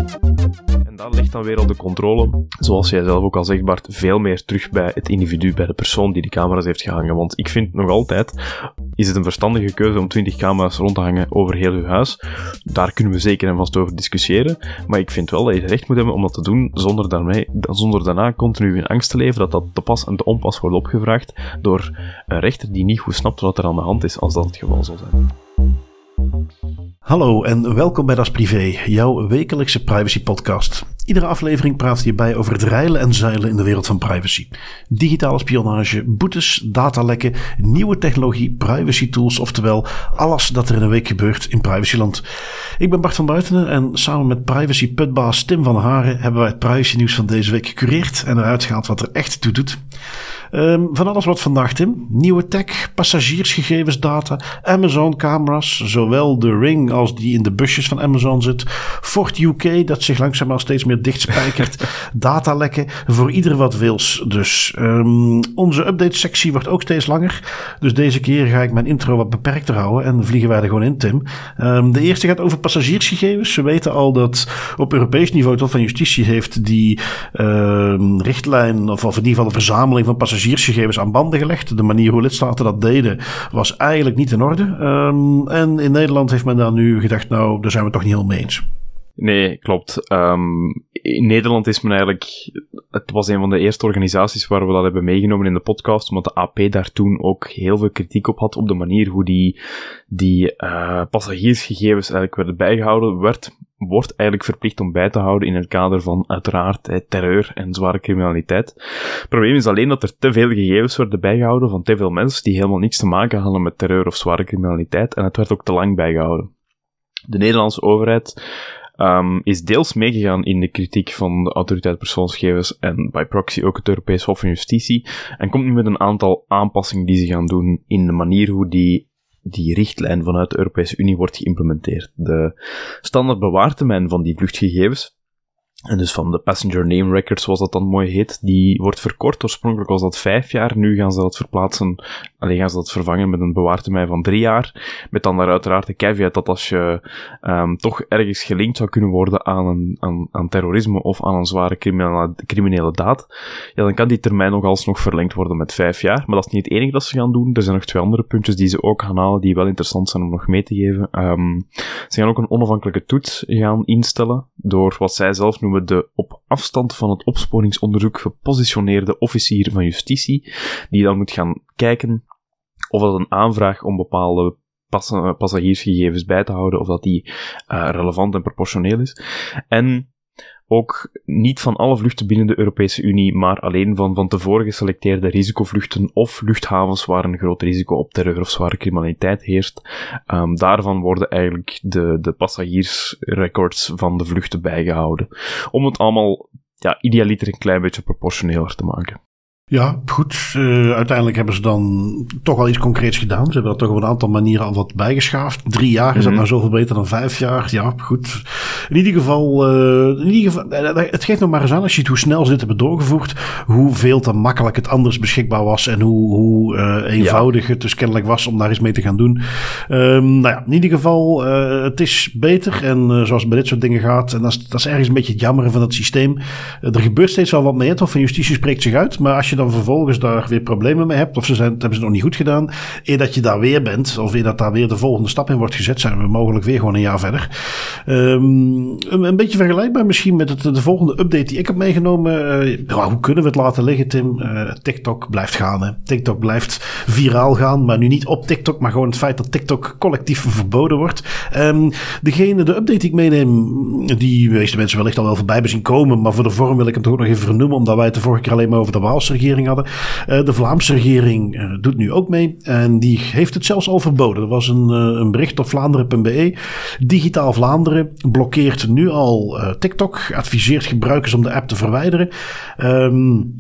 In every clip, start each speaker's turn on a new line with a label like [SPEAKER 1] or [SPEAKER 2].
[SPEAKER 1] En daar ligt dan weer al de controle, zoals jij zelf ook al zegt, Bart, veel meer terug bij het individu, bij de persoon die de camera's heeft gehangen. Want ik vind nog altijd, is het een verstandige keuze om 20 camera's rond te hangen over heel uw huis? Daar kunnen we zeker en vast over discussiëren. Maar ik vind wel dat je het recht moet hebben om dat te doen, zonder daarna continu in angst te leven dat de pas en de onpas wordt opgevraagd door een rechter die niet goed snapt wat er aan de hand is, als dat het geval zal zijn.
[SPEAKER 2] Hallo en welkom bij Das Privé, jouw wekelijkse privacy podcast. Iedere aflevering praat je bij over het reilen en zeilen in de wereld van privacy. Digitale spionage, boetes, datalekken, nieuwe technologie, privacy tools, oftewel alles dat er in een week gebeurt in privacyland. Ik ben Bart van Buitenen en samen met privacy putbaas Tim van Haren hebben wij het privacy nieuws van deze week gecureerd en eruit gehaald wat er echt toe doet. Van alles wat vandaag, Tim. Nieuwe tech, passagiersgegevensdata, Amazon-camera's, zowel de Ring als die in de busjes van Amazon zit, Ford UK, dat zich langzaamaan steeds meer dichtspijkert, datalekken, voor ieder wat wils. Dus onze update-sectie wordt ook steeds langer, dus deze keer ga ik mijn intro wat beperkter houden en vliegen wij er gewoon in, Tim. De eerste gaat over passagiersgegevens. We weten al dat op Europees niveau het Hof van Justitie heeft die richtlijn, of in ieder geval de verzameling van passagiersgegevens aan banden gelegd. De manier hoe lidstaten dat deden was eigenlijk niet in orde. En in Nederland heeft men daar nu gedacht, nou, daar zijn we het toch niet helemaal mee eens.
[SPEAKER 1] Nee, klopt. In Nederland is men eigenlijk... Het was een van de eerste organisaties waar we dat hebben meegenomen in de podcast, omdat de AP daar toen ook heel veel kritiek op had, op de manier hoe die passagiersgegevens eigenlijk werden bijgehouden, wordt eigenlijk verplicht om bij te houden in het kader van uiteraard terreur en zware criminaliteit. Het probleem is alleen dat er te veel gegevens werden bijgehouden van te veel mensen die helemaal niks te maken hadden met terreur of zware criminaliteit, en het werd ook te lang bijgehouden. De Nederlandse overheid is deels meegegaan in de kritiek van de autoriteit persoonsgegevens en by proxy ook het Europees Hof van Justitie en komt nu met een aantal aanpassingen die ze gaan doen in de manier hoe die richtlijn vanuit de Europese Unie wordt geïmplementeerd. De standaard bewaartermijn van die vluchtgegevens, en dus van de passenger name record, zoals dat dan mooi heet, die wordt verkort. Oorspronkelijk was dat 5 jaar, nu gaan ze dat gaan ze dat vervangen met een bewaartermijn van 3 jaar, met dan daar uiteraard de caveat dat als je toch ergens gelinkt zou kunnen worden aan terrorisme of aan een zware criminele daad, ja, dan kan die termijn nog alsnog verlengd worden met 5 jaar, maar dat is niet het enige dat ze gaan doen. Er zijn nog 2 andere puntjes die ze ook gaan halen, die wel interessant zijn om nog mee te geven. Ze gaan ook een onafhankelijke toets gaan instellen, door wat zij zelf noemen de op afstand van het opsporingsonderzoek gepositioneerde officier van justitie, die dan moet gaan kijken of dat een aanvraag om bepaalde passagiersgegevens bij te houden, of dat die relevant en proportioneel is. En ook niet van alle vluchten binnen de Europese Unie, maar alleen van tevoren geselecteerde risicovluchten of luchthavens waar een groot risico op terreur of zware criminaliteit heerst. Daarvan worden eigenlijk de passagiersrecords van de vluchten bijgehouden. Om het allemaal idealiter een klein beetje proportioneler te maken.
[SPEAKER 2] Ja, goed. Uiteindelijk hebben ze dan toch wel iets concreets gedaan. Ze hebben dat toch op een aantal manieren al wat bijgeschaafd. 3 jaar, is dat nou zoveel beter dan 5 jaar? Ja, goed. In ieder geval, het geeft nog maar eens aan als je ziet hoe snel ze dit hebben doorgevoerd, hoeveel te makkelijk het anders beschikbaar was en hoe eenvoudig het dus kennelijk was om daar eens mee te gaan doen. In ieder geval, het is beter en zoals het bij dit soort dingen gaat, en dat is ergens een beetje het jammeren van het systeem. Er gebeurt steeds wel wat mee. Het Hof van Justitie spreekt zich uit, maar als je dan vervolgens daar weer problemen mee hebt, of hebben ze nog niet goed gedaan, eer dat je daar weer bent, of eer dat daar weer de volgende stap in wordt gezet, zijn we mogelijk weer gewoon een jaar verder. Een beetje vergelijkbaar misschien met de volgende update die ik heb meegenomen. Hoe kunnen we het laten liggen, Tim? TikTok blijft gaan. Hè? TikTok blijft viraal gaan, maar nu niet op TikTok, maar gewoon het feit dat TikTok collectief verboden wordt. De update die ik meeneem, die meeste mensen wellicht al wel voorbij hebben zien komen, maar voor de vorm wil ik hem toch ook nog even vernoemen, omdat wij het de vorige keer alleen maar over de Waalse regering hadden. De Vlaamse regering doet nu ook mee en die heeft het zelfs al verboden. Er was een bericht op Vlaanderen.be. Digitaal Vlaanderen blokkeert nu al TikTok, adviseert gebruikers om de app te verwijderen.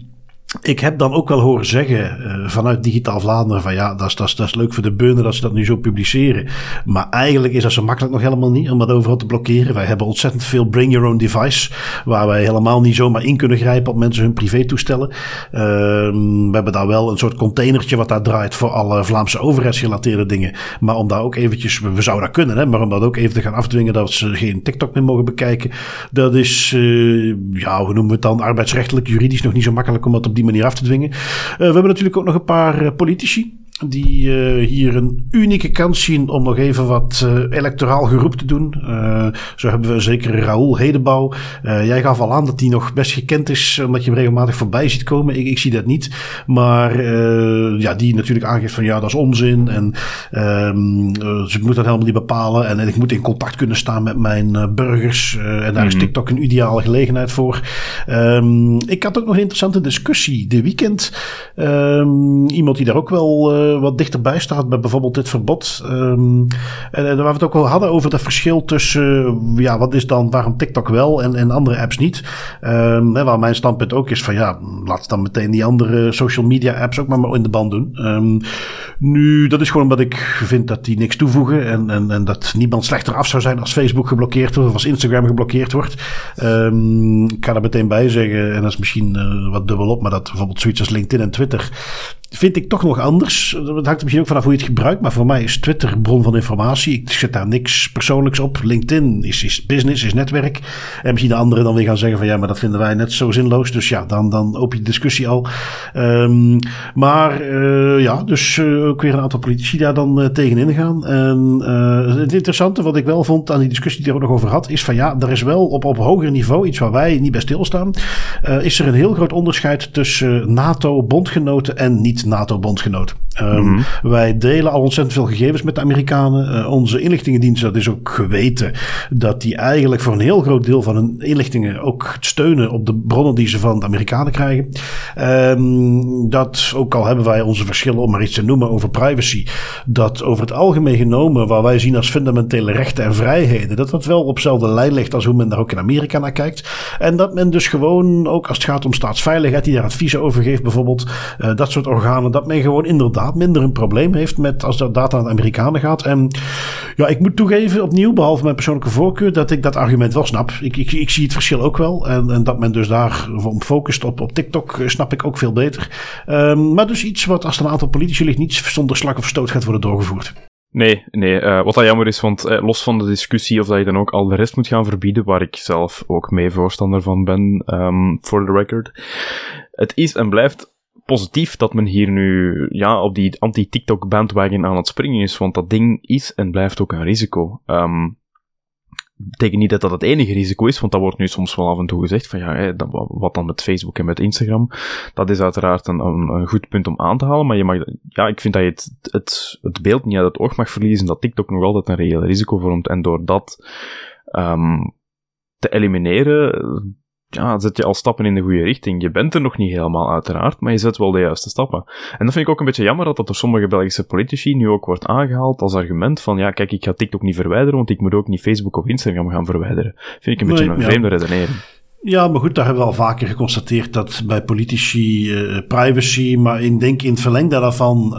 [SPEAKER 2] Ik heb dan ook wel horen zeggen vanuit Digitaal Vlaanderen van ja, dat is leuk voor de beunen dat ze dat nu zo publiceren. Maar eigenlijk is dat zo makkelijk nog helemaal niet om dat overal te blokkeren. Wij hebben ontzettend veel bring your own device waar wij helemaal niet zomaar in kunnen grijpen op mensen hun privétoestellen. We hebben daar wel een soort containertje wat daar draait voor alle Vlaamse overheidsgerelateerde dingen. Maar om daar ook eventjes, we zouden dat kunnen, hè, maar om dat ook even te gaan afdwingen dat ze geen TikTok meer mogen bekijken. Dat is, hoe noemen we het dan, arbeidsrechtelijk, juridisch nog niet zo makkelijk om dat op die manier af te dwingen. We hebben natuurlijk ook nog een paar politici die hier een unieke kans zien om nog even wat electoraal geroep te doen. Zo hebben we zeker Raoul Hedebouw. Jij gaf al aan dat die nog best gekend is, omdat je hem regelmatig voorbij ziet komen. Ik zie dat niet. Maar die natuurlijk aangeeft van ja, dat is onzin. En ze moet dat helemaal niet bepalen. En ik moet in contact kunnen staan met mijn burgers. En daar is TikTok een ideale gelegenheid voor. Ik had ook nog een interessante discussie dit weekend. Iemand die daar ook wel wat dichterbij staat bij bijvoorbeeld dit verbod. En waar we het ook wel hadden over dat verschil tussen wat is dan waarom TikTok wel en andere apps niet. Waar mijn standpunt ook is van ja, laat dan meteen die andere social media apps ook maar in de band doen. Nu, dat is gewoon omdat ik vind dat die niks toevoegen en dat niemand slechter af zou zijn als Facebook geblokkeerd wordt of als Instagram geblokkeerd wordt. Ik ga er meteen bij zeggen, en dat is misschien wat dubbelop, maar dat bijvoorbeeld zoiets als LinkedIn en Twitter vind ik toch nog anders. Dat hangt er misschien ook vanaf hoe je het gebruikt. Maar voor mij is Twitter bron van informatie. Ik zet daar niks persoonlijks op. LinkedIn is business, is netwerk. En misschien de anderen dan weer gaan zeggen van ja, maar dat vinden wij net zo zinloos. Dus ja, dan open je de discussie al. Dus ook weer een aantal politici daar dan tegenin gaan. En het interessante wat ik wel vond aan die discussie die er ook nog over had, is van ja, er is wel op hoger niveau, iets waar wij niet bij stilstaan, is er een heel groot onderscheid tussen NATO-bondgenoten en niet-NATO-bondgenoten. Wij delen al ontzettend veel gegevens met de Amerikanen. Onze inlichtingendienst, dat is ook geweten, dat die eigenlijk voor een heel groot deel van hun inlichtingen ook steunen op de bronnen die ze van de Amerikanen krijgen. Dat, ook al hebben wij onze verschillen, om maar iets te noemen, over privacy, dat over het algemeen genomen, waar wij zien als fundamentele rechten en vrijheden, dat wel op dezelfde lijn ligt als hoe men daar ook in Amerika naar kijkt. En dat men dus gewoon, ook als het gaat om staatsveiligheid, die daar adviezen over geeft, bijvoorbeeld, dat soort organen, dat men gewoon inderdaad minder een probleem heeft met als dat data naar de Amerikanen gaat. En ja, ik moet toegeven, opnieuw, behalve mijn persoonlijke voorkeur, dat ik dat argument wel snap. Ik zie het verschil ook wel. En dat men dus daar focust op TikTok, snap ik ook veel beter. Maar dus iets wat als er een aantal politici ligt, niet zonder slag of stoot gaat worden doorgevoerd.
[SPEAKER 1] Nee. Wat dat jammer is, want los van de discussie of dat je dan ook al de rest moet gaan verbieden, waar ik zelf ook mee voorstander van ben, for the record. Het is en blijft positief dat men hier nu op die anti-TikTok bandwagon aan het springen is, want dat ding is en blijft ook een risico. Betekent niet dat dat het enige risico is, want dat wordt nu soms wel af en toe gezegd van wat dan met Facebook en met Instagram. Dat is uiteraard een goed punt om aan te halen, maar je mag, ik vind dat je het beeld niet uit het oog mag verliezen dat TikTok nog altijd een reëel risico vormt en door dat te elimineren, zet je al stappen in de goede richting. Je bent er nog niet helemaal, uiteraard, maar je zet wel de juiste stappen. En dat vind ik ook een beetje jammer dat door sommige Belgische politici nu ook wordt aangehaald als argument van, kijk, ik ga TikTok niet verwijderen, want ik moet ook niet Facebook of Instagram gaan verwijderen. Vind ik een beetje een vreemde redenering. Ja, maar goed, daar hebben we al vaker geconstateerd dat bij politici privacy, maar ik denk in het verlengde daarvan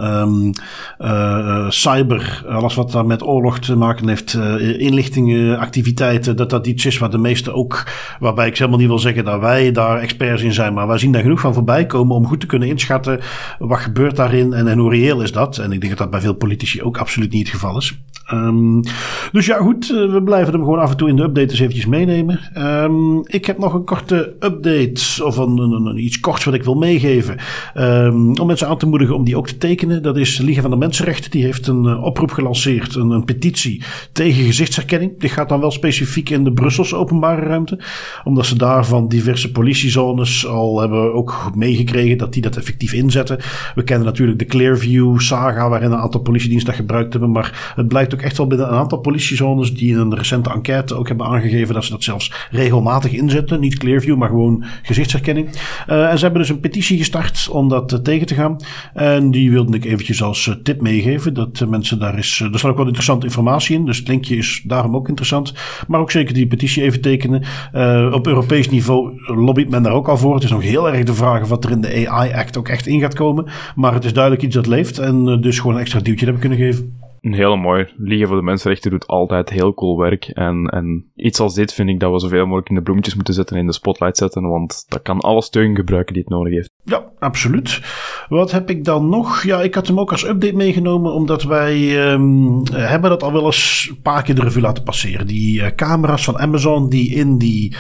[SPEAKER 1] cyber, alles wat daar met oorlog te maken heeft, inlichtingen, activiteiten, dat iets is waar de meeste ook, waarbij ik helemaal niet wil zeggen dat wij daar experts in zijn, maar wij zien daar genoeg van voorbij komen om goed te kunnen inschatten wat gebeurt daarin en hoe reëel is dat. En ik denk dat dat bij veel politici ook absoluut niet het geval is. Dus ja, goed, we blijven hem gewoon af en toe in de updates eventjes meenemen. Ik heb nog een korte update of een iets korts wat ik wil meegeven. Om mensen aan te moedigen om die ook te tekenen. Dat is de Liga van de Mensenrechten. Die heeft een oproep gelanceerd, een petitie tegen gezichtsherkenning. Die gaat dan wel specifiek in de Brusselse openbare ruimte. Omdat ze daar van diverse politiezones al hebben ook meegekregen dat die dat effectief inzetten. We kennen natuurlijk de Clearview saga waarin een aantal politiediensten dat gebruikt hebben. Maar het blijkt ook
[SPEAKER 2] ook echt wel binnen een aantal politiezones die in een recente enquête ook hebben aangegeven dat ze dat zelfs regelmatig inzetten. Niet Clearview, maar gewoon gezichtsherkenning. En ze hebben dus een petitie gestart om dat tegen te gaan. En die wilde ik eventjes als tip meegeven. Dat mensen daar staat ook wel interessante informatie in. Dus het linkje is daarom ook interessant. Maar ook zeker die petitie even tekenen. Op Europees niveau lobbyt men daar ook al voor. Het is nog heel erg de vraag of wat er in de AI Act ook echt in gaat komen. Maar het is duidelijk iets dat leeft. En dus gewoon een extra duwtje hebben kunnen geven.
[SPEAKER 1] Heel mooi. Liga voor de Mensenrechten doet altijd heel cool werk. En iets als dit vind ik dat we zoveel mogelijk in de bloemetjes moeten zetten en in de spotlight zetten. Want dat kan alle steun gebruiken die het nodig heeft.
[SPEAKER 2] Ja, absoluut. Wat heb ik dan nog? Ja, ik had hem ook als update meegenomen. Omdat wij hebben dat al wel eens een paar keer de revue laten passeren. Die camera's van Amazon die in die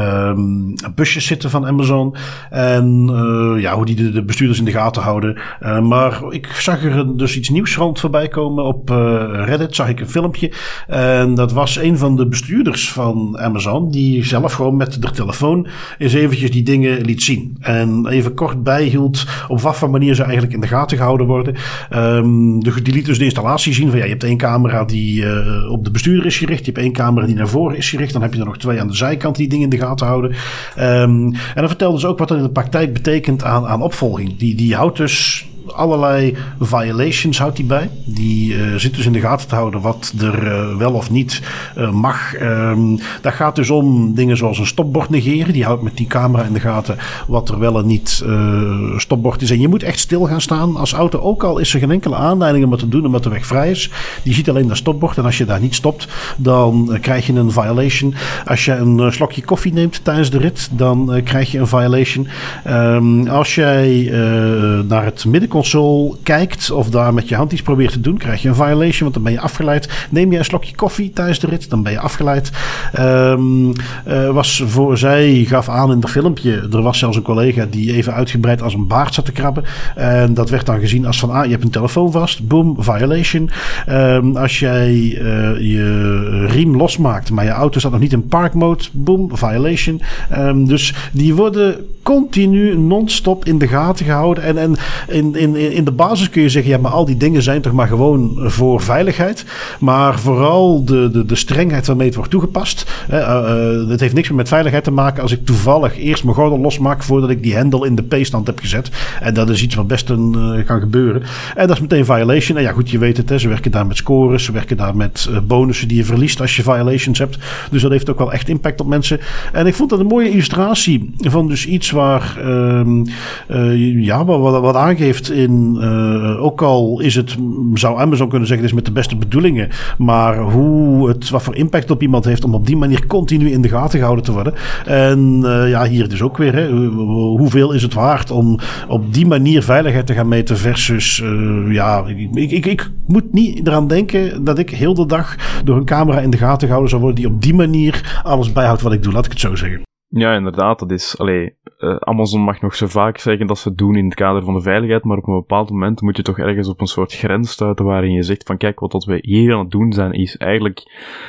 [SPEAKER 2] busjes zitten van Amazon. En hoe die de bestuurders in de gaten houden. Maar ik zag er dus iets nieuws rond voorbij komen op Reddit zag ik een filmpje. En dat was een van de bestuurders van Amazon. Die zelf gewoon met de telefoon eens eventjes die dingen liet zien. En even kort bijhield op wat voor manier ze eigenlijk in de gaten gehouden worden. Die liet dus de installatie zien van je hebt één camera die op de bestuurder is gericht. Je hebt één camera die naar voren is gericht. Dan heb je er nog 2 aan de zijkant die dingen in de gaten houden. En dan vertelden ze ook wat dat in de praktijk betekent aan opvolging. Die houdt dus allerlei violations houdt hij bij. Die zit dus in de gaten te houden wat er wel of niet mag. Dat gaat dus om dingen zoals een stopbord negeren. Die houdt met die camera in de gaten wat er wel en niet stopbord is. En je moet echt stil gaan staan als auto. Ook al is er geen enkele aanleiding om het te doen omdat de weg vrij is. Die ziet alleen dat stopbord. En als je daar niet stopt, dan krijg je een violation. Als je een slokje koffie neemt tijdens de rit, dan krijg je een violation. Als jij naar het middenconsole kijkt of daar met je hand iets probeert te doen, krijg je een violation, want dan ben je afgeleid. Neem je een slokje koffie tijdens de rit, dan ben je afgeleid. Zij gaf aan in het filmpje, er was zelfs een collega die even uitgebreid als een baard zat te krabben. En dat werd dan gezien als van, je hebt een telefoon vast, boom, violation. Als jij je riem losmaakt, maar je auto staat nog niet in park mode, boom, violation. Dus die worden continu non-stop in de gaten gehouden. En in de basis kun je zeggen, ja, maar al die dingen zijn toch maar gewoon voor veiligheid. Maar vooral de strengheid waarmee het wordt toegepast. Het heeft niks meer met veiligheid te maken als ik toevallig eerst mijn gordel losmaak voordat ik die hendel in de P-stand heb gezet. En dat is iets wat best kan gebeuren. En dat is meteen violation. En ja, goed, je weet het. Ze werken daar met scores. Ze werken daar met bonussen die je verliest als je violations hebt. Dus dat heeft ook wel echt impact op mensen. En ik vond dat een mooie illustratie van dus iets waar wat aangeeft in, ook al is het, zou Amazon kunnen zeggen, het is met de beste bedoelingen, maar wat voor impact op iemand heeft om op die manier continu in de gaten gehouden te worden. En hier dus ook weer, hoeveel is het waard om op die manier veiligheid te gaan meten versus, ik moet niet eraan denken dat ik heel de dag door een camera in de gaten gehouden zou worden die op die manier alles bijhoudt wat ik doe, laat ik het zo zeggen.
[SPEAKER 1] Ja, inderdaad. Dat is, Amazon mag nog zo vaak zeggen dat ze het doen in het kader van de veiligheid, maar op een bepaald moment moet je toch ergens op een soort grens stuiten waarin je zegt van kijk, wat we hier aan het doen zijn is eigenlijk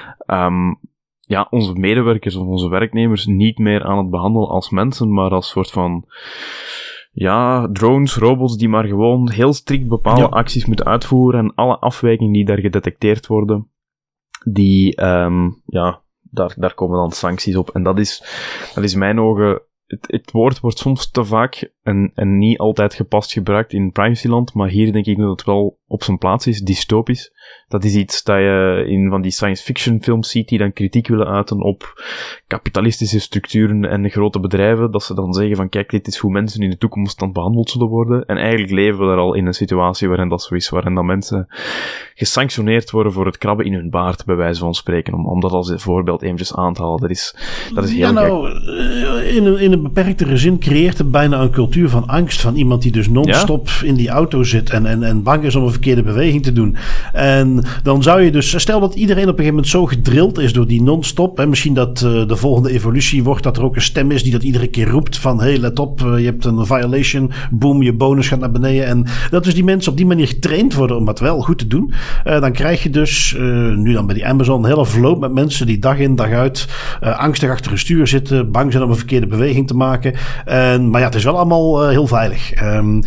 [SPEAKER 1] onze medewerkers of onze werknemers niet meer aan het behandelen als mensen, maar als soort van drones, robots die maar gewoon heel strikt bepaalde acties moeten uitvoeren en alle afwijkingen die daar gedetecteerd worden, die daar komen dan sancties op. En dat is in mijn ogen, het woord wordt soms te vaak en niet altijd gepast gebruikt in privacyland, maar hier denk ik dat het wel op zijn plaats is, dystopisch. Dat is iets dat je in van die science fiction films ziet die dan kritiek willen uiten op kapitalistische structuren en grote bedrijven, dat ze dan zeggen van kijk, dit is hoe mensen in de toekomst dan behandeld zullen worden. En eigenlijk leven we er al in een situatie waarin dat zo is, waarin dat mensen gesanctioneerd worden voor het krabben in hun baard, bij wijze van spreken, om dat als voorbeeld eventjes aan te halen. Dat is heel gek.
[SPEAKER 2] In een beperktere zin creëert het bijna een cultuur van angst van iemand die dus non-stop in die auto zit en bang is om een verkeerde beweging te doen. En dan zou je dus, stel dat iedereen op een gegeven moment zo gedrild is door die non-stop, en misschien dat de volgende evolutie wordt dat er ook een stem is die dat iedere keer roept van hey, let op, je hebt een violation, boom, je bonus gaat naar beneden. En dat dus die mensen op die manier getraind worden om dat wel goed te doen. Dan krijg je dus, nu dan bij die Amazon, een hele vloot met mensen die dag in dag uit angstig achter een stuur zitten, bang zijn om een verkeerde beweging te maken. Maar ja, het is wel allemaal heel veilig.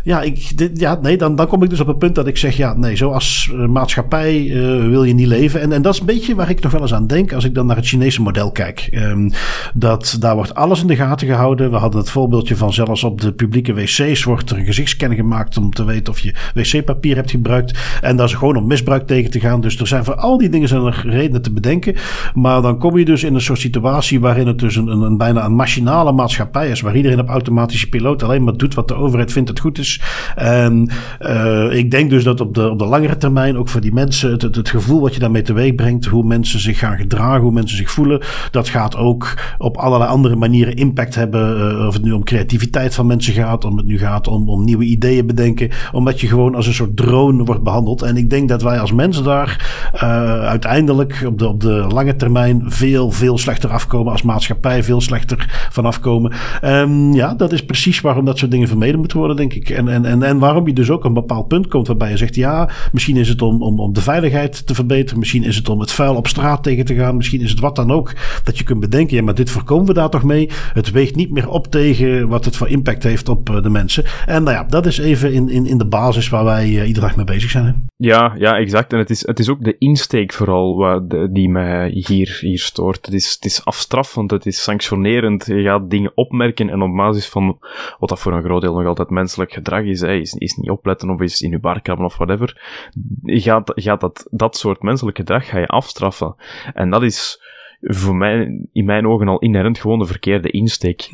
[SPEAKER 2] Dan kom ik dus op het punt dat ik zeg, zo als maatschappij wil je niet leven. En dat is een beetje waar ik nog wel eens aan denk als ik dan naar het Chinese model kijk. Daar wordt alles in de gaten gehouden. We hadden het voorbeeldje van zelfs op de publieke wc's wordt er een gezichtscan gemaakt om te weten of je wc-papier hebt gebruikt. En daar is gewoon om misbruik tegen te gaan. Dus er zijn voor al die dingen zijn er redenen te bedenken. Maar dan kom je dus in een soort situatie waarin het dus een bijna een machinale maatschappij is. Waar iedereen op automatische piloot alleen maar doet wat de overheid vindt het goed is. En ik denk dus dat op de langere termijn ook voor die mensen het gevoel wat je daarmee teweeg brengt, hoe mensen zich gaan gedragen, hoe mensen zich voelen, dat gaat ook op allerlei andere manieren impact hebben. Of het nu om creativiteit van mensen gaat, om het nu gaat om nieuwe ideeën bedenken, omdat je gewoon als een soort drone wordt behandeld. En ik denk dat wij als mensen daar uiteindelijk op de lange termijn veel slechter afkomen als maatschappij, veel slechter van afkomen. Dat is precies waarom dat soort dingen vermeden moeten worden, denk ik. En waarom je dus ook een bepaald punt komt waarbij je zegt, misschien is het om de veiligheid te verbeteren, misschien is het om het vuil op straat tegen te gaan, misschien is het wat dan ook, dat je kunt bedenken, maar dit voorkomen we daar toch mee. Het weegt niet meer op tegen wat het voor impact heeft op de mensen. En dat is even in de basis waar wij iedere dag mee bezig zijn. Hè?
[SPEAKER 1] Ja, exact. En het is ook de insteek vooral die mij hier stoort. Het is afstraffend, het is sanctionerend. Je gaat dingen opmerken en op basis van wat dat voor een groot deel nog altijd menselijk gedrag is, is niet opletten of is in je bar krabben of whatever. Je gaat dat soort menselijk gedrag ga je afstraffen. En dat is voor mij, in mijn ogen, al inherent gewoon de verkeerde insteek.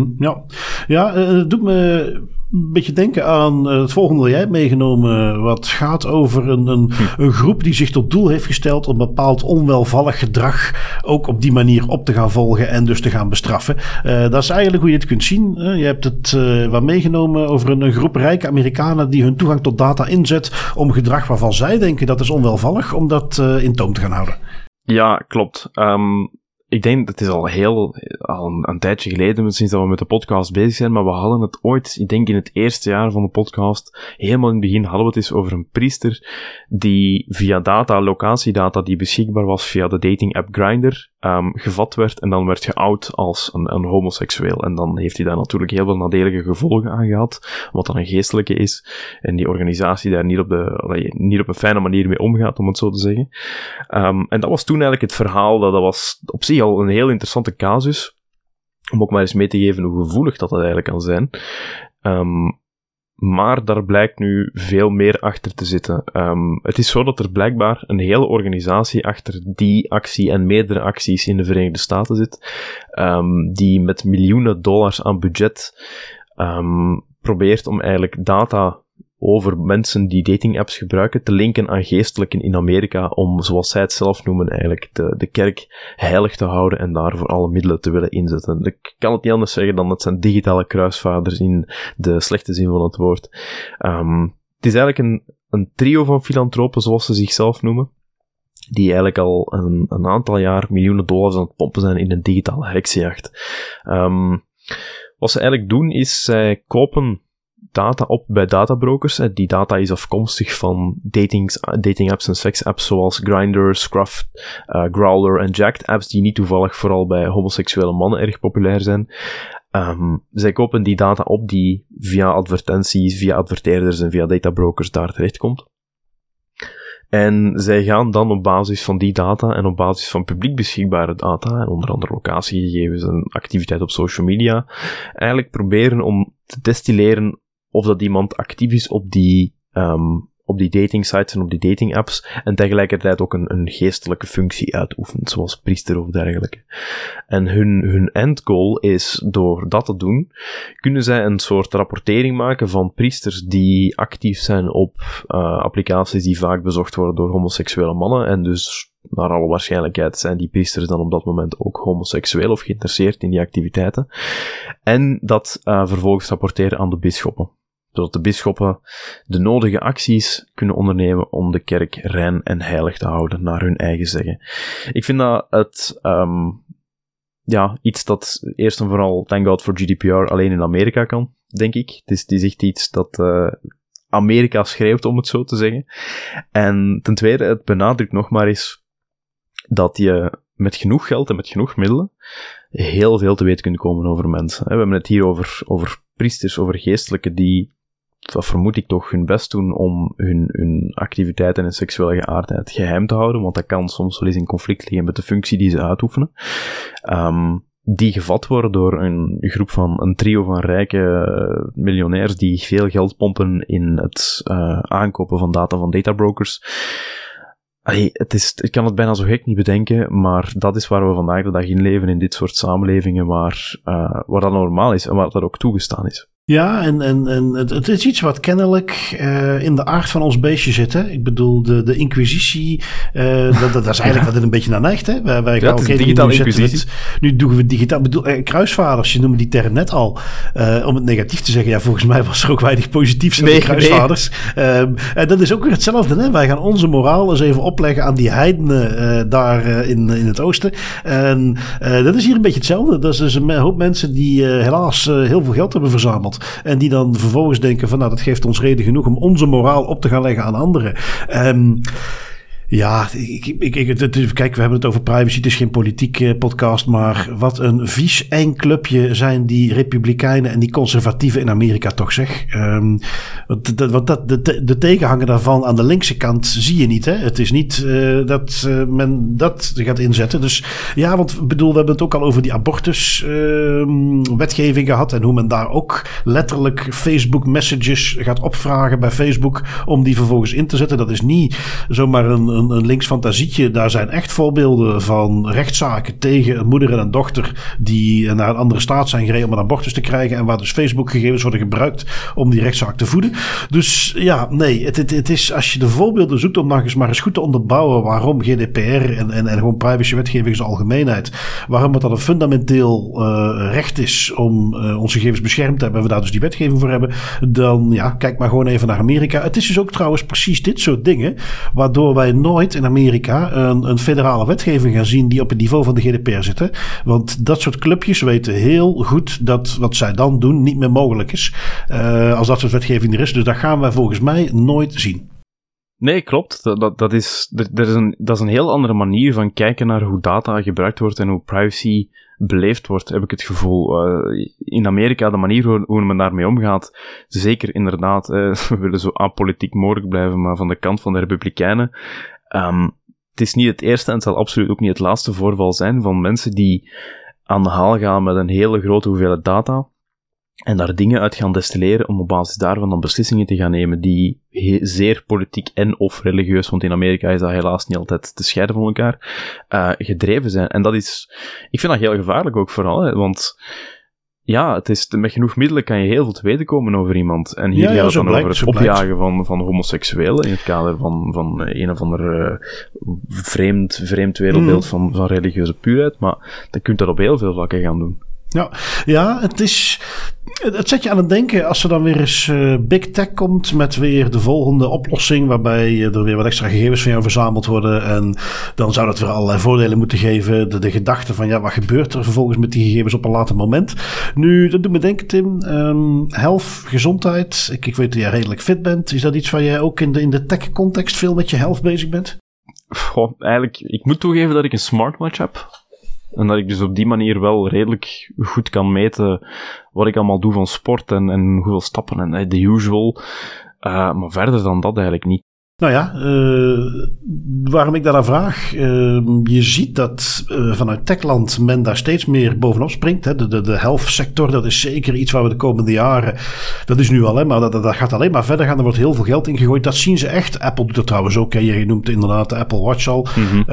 [SPEAKER 1] Het doet me een beetje denken aan het volgende dat jij hebt meegenomen, wat gaat over een groep die zich tot doel heeft gesteld om bepaald onwelvallig gedrag ook op die manier op te gaan volgen en dus te gaan bestraffen. Dat is eigenlijk hoe je het kunt zien. Je hebt het wat meegenomen over een groep rijke Amerikanen die hun toegang tot data inzet om gedrag waarvan zij denken dat is onwelvallig, om dat in toom te gaan houden. Ja, klopt. Ik denk, het is al een tijdje geleden sinds dat we met de podcast bezig zijn, maar we hadden het ooit, ik denk in het eerste jaar van de podcast, helemaal in het begin hadden we het eens over een priester die via locatiedata die beschikbaar was via de dating app Grindr, gevat werd en dan werd geout als een homoseksueel. En dan heeft hij daar natuurlijk heel veel nadelige gevolgen aan gehad, wat dan een geestelijke is, en die organisatie daar niet op een fijne manier mee omgaat, om het zo te zeggen. En dat was toen eigenlijk het verhaal, dat was op zich al een heel interessante casus, om ook maar eens mee te geven hoe gevoelig dat eigenlijk kan zijn. Maar daar blijkt nu veel meer achter te zitten. Het is zo dat er blijkbaar een hele organisatie achter die actie en meerdere acties in de Verenigde Staten zit, die met miljoenen dollars aan budget probeert om eigenlijk data over mensen die datingapps gebruiken te linken aan geestelijken in Amerika om, zoals zij het zelf noemen, eigenlijk de kerk heilig te houden en daarvoor alle middelen te willen inzetten. Ik kan het niet anders zeggen dan dat zijn digitale kruisvaders in de slechte zin van het woord. Het is eigenlijk een trio van filantropen, zoals ze zichzelf noemen, die eigenlijk al een aantal jaar miljoenen dollars aan het pompen zijn in een digitale heksenjacht. Wat ze eigenlijk doen is, zij kopen data op bij databrokers. Die data is afkomstig van dating apps en seksapps zoals Grindr, Scruff, Growler en Jacked apps, die niet toevallig vooral bij homoseksuele mannen erg populair zijn. Zij kopen die data op die via advertenties, via adverteerders en via databrokers daar terechtkomt. En zij gaan dan op basis van die data en op basis van publiek beschikbare data, en onder andere locatiegegevens en activiteit op social media, eigenlijk proberen om te destilleren of dat iemand actief is op die dating sites en op die dating apps en tegelijkertijd ook een geestelijke functie uitoefent, zoals priester of dergelijke. En hun endgoal is, door dat te doen, kunnen zij een soort rapportering maken van priesters die actief zijn op applicaties die vaak bezocht worden door homoseksuele mannen, en dus naar alle waarschijnlijkheid zijn die priesters dan op dat moment ook homoseksueel of geïnteresseerd in die activiteiten. En dat vervolgens rapporteren aan de bisschoppen, zodat de bisschoppen de nodige acties kunnen ondernemen om de kerk rein en heilig te houden, naar hun eigen zeggen. Ik vind dat iets dat eerst en vooral, thank God for GDPR, alleen in Amerika kan, denk ik. Het is echt iets dat Amerika schreeuwt, om het zo te zeggen. En ten tweede, het benadrukt nog maar eens dat je met genoeg geld en met genoeg middelen heel veel te weten kunt komen over mensen. We hebben het hier over priesters, over geestelijken die dat vermoed ik toch, hun best doen om hun activiteiten en seksuele geaardheid geheim te houden, want dat kan soms wel eens in conflict liggen met de functie die ze uitoefenen. Die gevat worden door een trio van rijke miljonairs die veel geld pompen in het aankopen van data van databrokers. Ik kan het bijna zo gek niet bedenken, maar dat is waar we vandaag de dag in leven, in dit soort samenlevingen waar dat normaal is en waar dat ook toegestaan is.
[SPEAKER 2] Ja, en het is iets wat kennelijk in de aard van ons beestje zit. Hè? Ik bedoel, de inquisitie, dat is eigenlijk wat het een beetje naar neigt. Hè? Wij gaan
[SPEAKER 1] digitale inquisitie.
[SPEAKER 2] Nu doen we digitaal. Ik bedoel, kruisvaders, je noemde die term net al. Om het negatief te zeggen, ja, volgens mij was er ook weinig positiefs aan kruisvaders. En dat is ook weer hetzelfde. Hè? Wij gaan onze moraal eens even opleggen aan die heidenen daar in het oosten. En dat is hier een beetje hetzelfde. Dat is dus een hoop mensen die helaas heel veel geld hebben verzameld. En die dan vervolgens denken van, nou, dat geeft ons reden genoeg om onze moraal op te gaan leggen aan anderen. Ja, kijk, we hebben het over privacy. Het is geen politiek podcast, maar wat een vies eng clubje zijn die republikeinen en die conservatieven in Amerika toch, zeg. De tegenhanger daarvan aan de linkse kant zie je niet, hè. Het is niet dat men dat gaat inzetten. Dus ja, want bedoel, we hebben het ook al over die abortus wetgeving gehad en hoe men daar ook letterlijk Facebook messages gaat opvragen bij Facebook om die vervolgens in te zetten. Dat is niet zomaar een links fantasietje. Daar zijn echt voorbeelden van rechtszaken tegen een moeder en een dochter die naar een andere staat zijn gereden om een abortus te krijgen en waar dus Facebook-gegevens worden gebruikt om die rechtszaak te voeden. Dus ja, nee, het is als je de voorbeelden zoekt om nog eens maar eens goed te onderbouwen waarom GDPR en gewoon privacywetgeving in zijn algemeenheid, waarom het dan een fundamenteel recht is om onze gegevens beschermd te hebben en we daar dus die wetgeving voor hebben, dan ja, kijk maar gewoon even naar Amerika. Het is dus ook trouwens precies dit soort dingen waardoor wij nooit in Amerika een federale wetgeving gaan zien die op het niveau van de GDPR zit. Hè? Want dat soort clubjes weten heel goed dat wat zij dan doen niet meer mogelijk is. Als dat soort wetgeving er is. Dus dat gaan wij volgens mij nooit zien.
[SPEAKER 1] Nee, klopt. Dat is een heel andere manier van kijken naar hoe data gebruikt wordt en hoe privacy beleefd wordt, heb ik het gevoel. In Amerika, de manier hoe men daarmee omgaat, zeker inderdaad, we willen zo apolitiek mogelijk blijven, maar van de kant van de Republikeinen. Het is niet het eerste en het zal absoluut ook niet het laatste voorval zijn van mensen die aan de haal gaan met een hele grote hoeveelheid data en daar dingen uit gaan destilleren om op basis daarvan dan beslissingen te gaan nemen die zeer politiek en of religieus, want in Amerika is dat helaas niet altijd te scheiden van elkaar, gedreven zijn. En dat is, ik vind dat heel gevaarlijk ook vooral, hè, want ja, het is, met genoeg middelen kan je heel veel te weten komen over iemand. En hier gaat het dan over het opjagen van homoseksuelen in het kader van een of ander vreemd wereldbeeld van religieuze puurheid. Maar dan kun je dat op heel veel vlakken gaan doen.
[SPEAKER 2] Ja, het zet je aan het denken als er dan weer eens Big Tech komt met weer de volgende oplossing waarbij er weer wat extra gegevens van jou verzameld worden en dan zou dat weer allerlei voordelen moeten geven. De gedachte van ja, wat gebeurt er vervolgens met die gegevens op een later moment? Nu, dat doet me denken, Tim, health, gezondheid. Ik weet dat jij redelijk fit bent. Is dat iets waar jij ook in de tech-context veel met je health bezig bent?
[SPEAKER 1] Goh, eigenlijk, ik moet toegeven dat ik een smartwatch heb. En dat ik dus op die manier wel redelijk goed kan meten wat ik allemaal doe van sport en hoeveel stappen en the usual. Maar verder dan dat eigenlijk niet.
[SPEAKER 2] Nou ja, waarom ik daaraan vraag. Je ziet dat vanuit techland men daar steeds meer bovenop springt. Hè. De health sector, dat is zeker iets waar we de komende jaren... Dat is nu al, hè, maar dat gaat alleen maar verder gaan. Er wordt heel veel geld ingegooid. Dat zien ze echt. Apple doet dat trouwens ook. Hè. Je noemt inderdaad de Apple Watch al.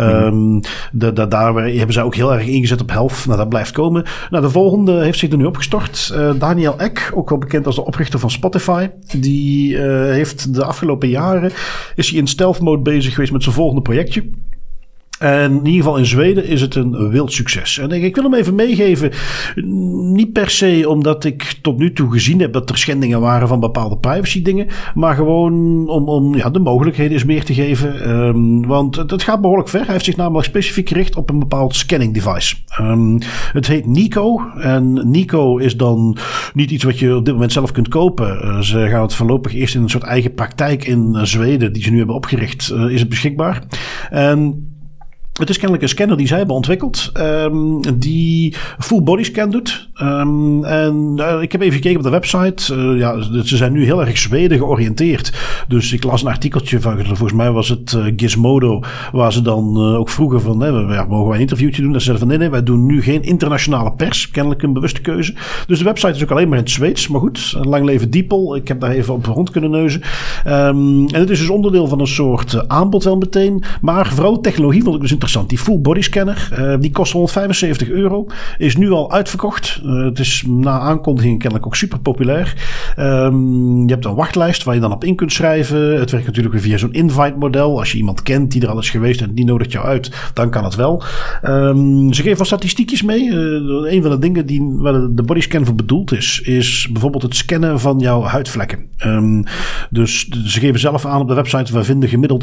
[SPEAKER 2] Daar hebben zij ook heel erg ingezet op health. Nou, dat blijft komen. Nou, de volgende heeft zich er nu opgestort. Daniel Ek, ook wel bekend als de oprichter van Spotify. Die heeft de afgelopen jaren... is hij in stealth mode bezig geweest met zijn volgende projectje. En in ieder geval in Zweden is het een wild succes. En ik wil hem even meegeven. Niet per se omdat ik tot nu toe gezien heb dat er schendingen waren van bepaalde privacy dingen. Maar gewoon om de mogelijkheden eens meer te geven. Want het gaat behoorlijk ver. Hij heeft zich namelijk specifiek gericht op een bepaald scanning device. Het heet Nico. En Nico is dan niet iets wat je op dit moment zelf kunt kopen. Ze gaan het voorlopig eerst in een soort eigen praktijk in Zweden die ze nu hebben opgericht. Is het beschikbaar. En het is kennelijk een scanner die zij hebben ontwikkeld, die full body scan doet. Ik heb even gekeken op de website. Ze zijn nu heel erg Zweden georiënteerd. Dus ik las een artikeltje van, volgens mij was het Gizmodo, waar ze dan ook vroegen van, mogen wij een interviewtje doen? Dat ze zeiden van, nee, wij doen nu geen internationale pers. Kennelijk een bewuste keuze. Dus de website is ook alleen maar in het Zweeds. Maar goed, lang leven Diepel. Ik heb daar even op rond kunnen neuzen. En het is dus onderdeel van een soort aanbod wel meteen. Maar vooral technologie vond ik dus interessant. Die full body scanner, die kost €175. Is nu al uitverkocht. Het is na aankondiging kennelijk ook super populair. Je hebt een wachtlijst waar je dan op in kunt schrijven. Het werkt natuurlijk weer via zo'n invite model. Als je iemand kent die er al is geweest en die nodigt jou uit, dan kan het wel. Ze geven wat statistiekjes mee. Een van de dingen waar de bodyscan voor bedoeld is bijvoorbeeld het scannen van jouw huidvlekken. Dus ze geven zelf aan op de website, we vinden gemiddeld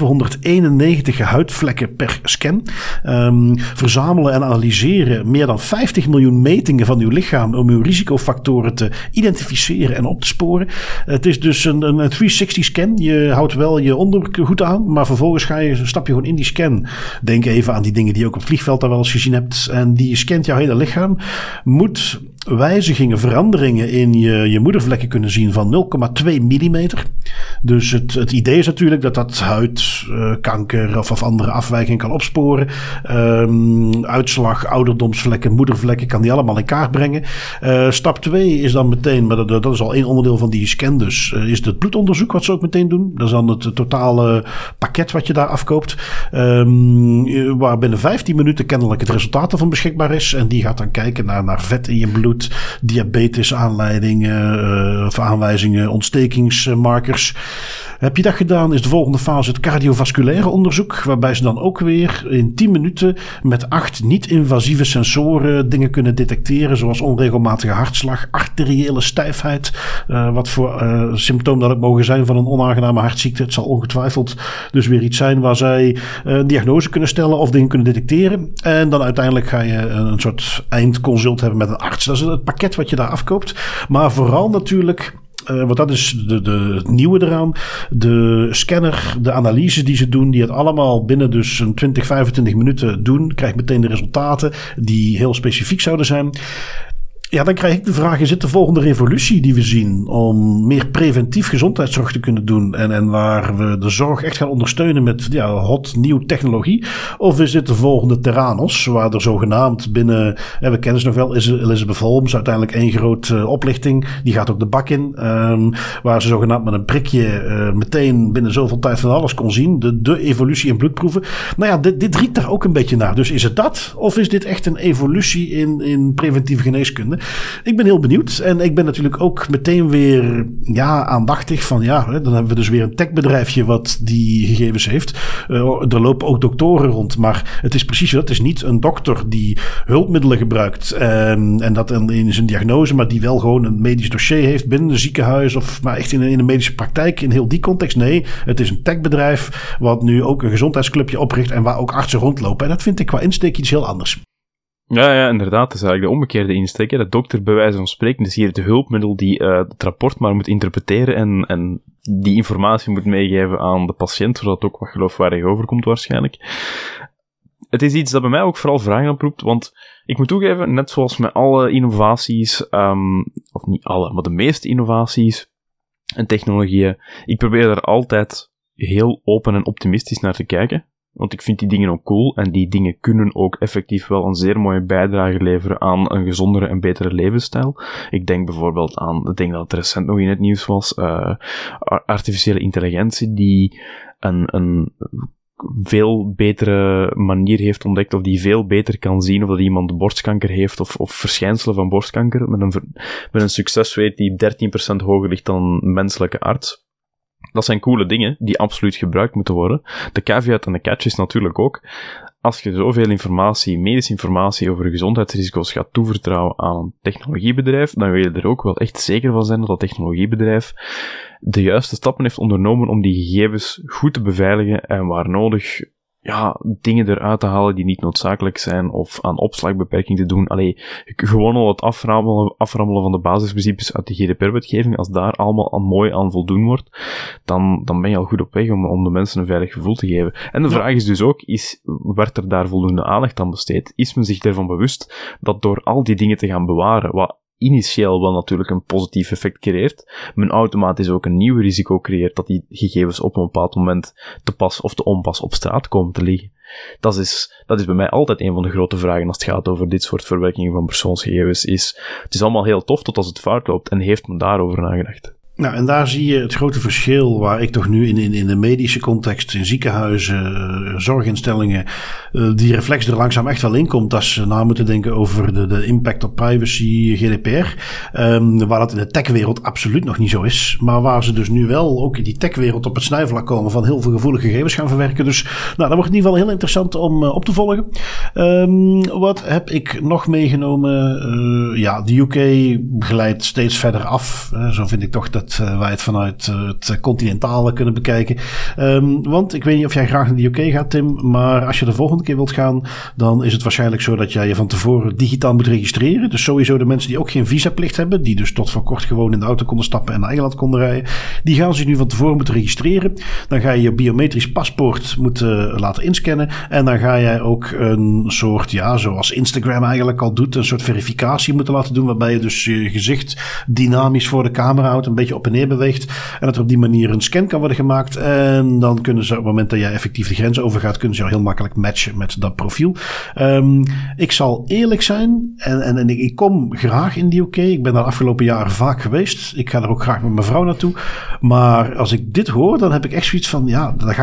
[SPEAKER 2] 791 huidvlekken per scan. Verzamelen en analyseren meer dan 50 miljoen metingen van uw lichaam om uw risicofactoren te identificeren en op te sporen. Het is dus een 360 scan. Je houdt wel je ondergoed aan, maar vervolgens stap je gewoon in die scan. Denk even aan die dingen die je ook op het vliegveld al wel eens gezien hebt. En die scant jouw hele lichaam. Moet wijzigingen, veranderingen in je moedervlekken kunnen zien van 0,2 millimeter. Dus het idee is natuurlijk dat huidkanker of andere afwijkingen kan opsporen. Uitslag, ouderdomsvlekken, moedervlekken kan die allemaal in kaart brengen. Stap 2 is dan meteen, maar dat is al één onderdeel van die scan dus, is het bloedonderzoek wat ze ook meteen doen. Dat is dan het totale pakket wat je daar afkoopt. Waar binnen 15 minuten kennelijk het resultaat ervan beschikbaar is. En die gaat dan kijken naar vet in je bloed, diabetes, aanleidingen of aanwijzingen, ontstekingsmarkers. Heb je dat gedaan, is de volgende fase het cardiovasculaire onderzoek, waarbij ze dan ook weer in 10 minuten met 8 niet-invasieve sensoren dingen kunnen detecteren, zoals onregelmatige hartslag, arteriële stijfheid, wat voor symptomen dat ook mogen zijn van een onaangename hartziekte. Het zal ongetwijfeld dus weer iets zijn waar zij een diagnose kunnen stellen of dingen kunnen detecteren. En dan uiteindelijk ga je een soort eindconsult hebben met een arts. Dat is het pakket wat je daar afkoopt. Maar vooral natuurlijk, want dat is het nieuwe eraan. De scanner, de analyse die ze doen, die het allemaal binnen dus een 20-25 minuten doen, krijgt meteen de resultaten die heel specifiek zouden zijn. Ja, dan krijg ik de vraag, is het de volgende revolutie die we zien om meer preventief gezondheidszorg te kunnen doen en waar we de zorg echt gaan ondersteunen met hot nieuw technologie? Of is dit de volgende Theranos, waar er zogenaamd binnen, we kennen ze nog wel, Elizabeth Holmes, uiteindelijk één grote oplichting, die gaat ook de bak in, waar ze zogenaamd met een prikje meteen binnen zoveel tijd van alles kon zien, de evolutie in bloedproeven. Nou ja, dit riekt daar ook een beetje naar. Dus is het dat, of is dit echt een evolutie in preventieve geneeskunde? Ik ben heel benieuwd en ik ben natuurlijk ook meteen weer aandachtig van dan hebben we dus weer een techbedrijfje wat die gegevens heeft. Er lopen ook doktoren rond, maar het is precies dat. Het is niet een dokter die hulpmiddelen gebruikt en dat in zijn diagnose, maar die wel gewoon een medisch dossier heeft binnen een ziekenhuis of maar echt in een medische praktijk in heel die context. Nee, het is een techbedrijf wat nu ook een gezondheidsclubje opricht en waar ook artsen rondlopen. En dat vind ik qua insteek iets heel anders.
[SPEAKER 1] Ja, inderdaad. Dat is eigenlijk de omgekeerde insteek. De dokter, bij wijze van spreken, is hier het hulpmiddel die het rapport maar moet interpreteren en die informatie moet meegeven aan de patiënt, zodat het ook wat geloofwaardig overkomt waarschijnlijk. Het is iets dat bij mij ook vooral vragen oproept, want ik moet toegeven, net zoals met alle innovaties, of niet alle, maar de meeste innovaties en technologieën, ik probeer daar altijd heel open en optimistisch naar te kijken. Want ik vind die dingen ook cool en die dingen kunnen ook effectief wel een zeer mooie bijdrage leveren aan een gezondere en betere levensstijl. Ik denk bijvoorbeeld aan, ik denk dat het recent nog in het nieuws was, artificiële intelligentie die een veel betere manier heeft ontdekt of die veel beter kan zien of dat iemand borstkanker heeft of verschijnselen van borstkanker met een succesrate die 13% hoger ligt dan een menselijke arts. Dat zijn coole dingen die absoluut gebruikt moeten worden. De caveat en de catch is natuurlijk ook, als je zoveel informatie, medische informatie over gezondheidsrisico's gaat toevertrouwen aan een technologiebedrijf, dan wil je er ook wel echt zeker van zijn dat dat technologiebedrijf de juiste stappen heeft ondernomen om die gegevens goed te beveiligen en waar nodig dingen eruit te halen die niet noodzakelijk zijn, of aan opslagbeperking te doen. Gewoon al het aframmelen van de basisprincipes uit de GDPR-wetgeving, als daar allemaal mooi aan voldoen wordt, dan ben je al goed op weg om de mensen een veilig gevoel te geven. En de vraag is dus ook, werd er daar voldoende aandacht aan besteed? Is men zich ervan bewust dat door al die dingen te gaan bewaren, wat initieel wel natuurlijk een positief effect creëert, men automatisch ook een nieuw risico creëert dat die gegevens op een bepaald moment te pas of te onpas op straat komen te liggen. Dat is bij mij altijd een van de grote vragen als het gaat over dit soort verwerkingen van persoonsgegevens. Het is allemaal heel tof tot als het fout loopt, en heeft men daarover nagedacht?
[SPEAKER 2] Nou, en daar zie je het grote verschil waar ik toch nu in de medische context, in ziekenhuizen, zorginstellingen, die reflex er langzaam echt wel in komt als ze na moeten denken over de impact op privacy, GDPR, waar dat in de techwereld absoluut nog niet zo is, maar waar ze dus nu wel ook in die techwereld op het snijvlak komen van heel veel gevoelige gegevens gaan verwerken. Dus dat wordt in ieder geval heel interessant om op te volgen. Wat heb ik nog meegenomen? De UK glijdt steeds verder af. Zo vind ik toch dat wij het vanuit het continentale kunnen bekijken. Want ik weet niet of jij graag naar de UK gaat, Tim, maar als je de volgende keer wilt gaan, dan is het waarschijnlijk zo dat jij je van tevoren digitaal moet registreren. Dus sowieso de mensen die ook geen visaplicht hebben, die dus tot voor kort gewoon in de auto konden stappen en naar Engeland konden rijden, die gaan zich nu van tevoren moeten registreren. Dan ga je je biometrisch paspoort moeten laten inscannen en dan ga jij ook een soort, zoals Instagram eigenlijk al doet, een soort verificatie moeten laten doen, waarbij je dus je gezicht dynamisch voor de camera houdt, een beetje op en neer beweegt en dat er op die manier een scan kan worden gemaakt en dan kunnen ze op het moment dat jij effectief de grens overgaat, kunnen ze jou heel makkelijk matchen met dat profiel. Ik zal eerlijk zijn en ik kom graag in de UK. Ik ben daar de afgelopen jaren vaak geweest. Ik ga er ook graag met mijn vrouw naartoe. Maar als ik dit hoor, dan heb ik echt zoiets van,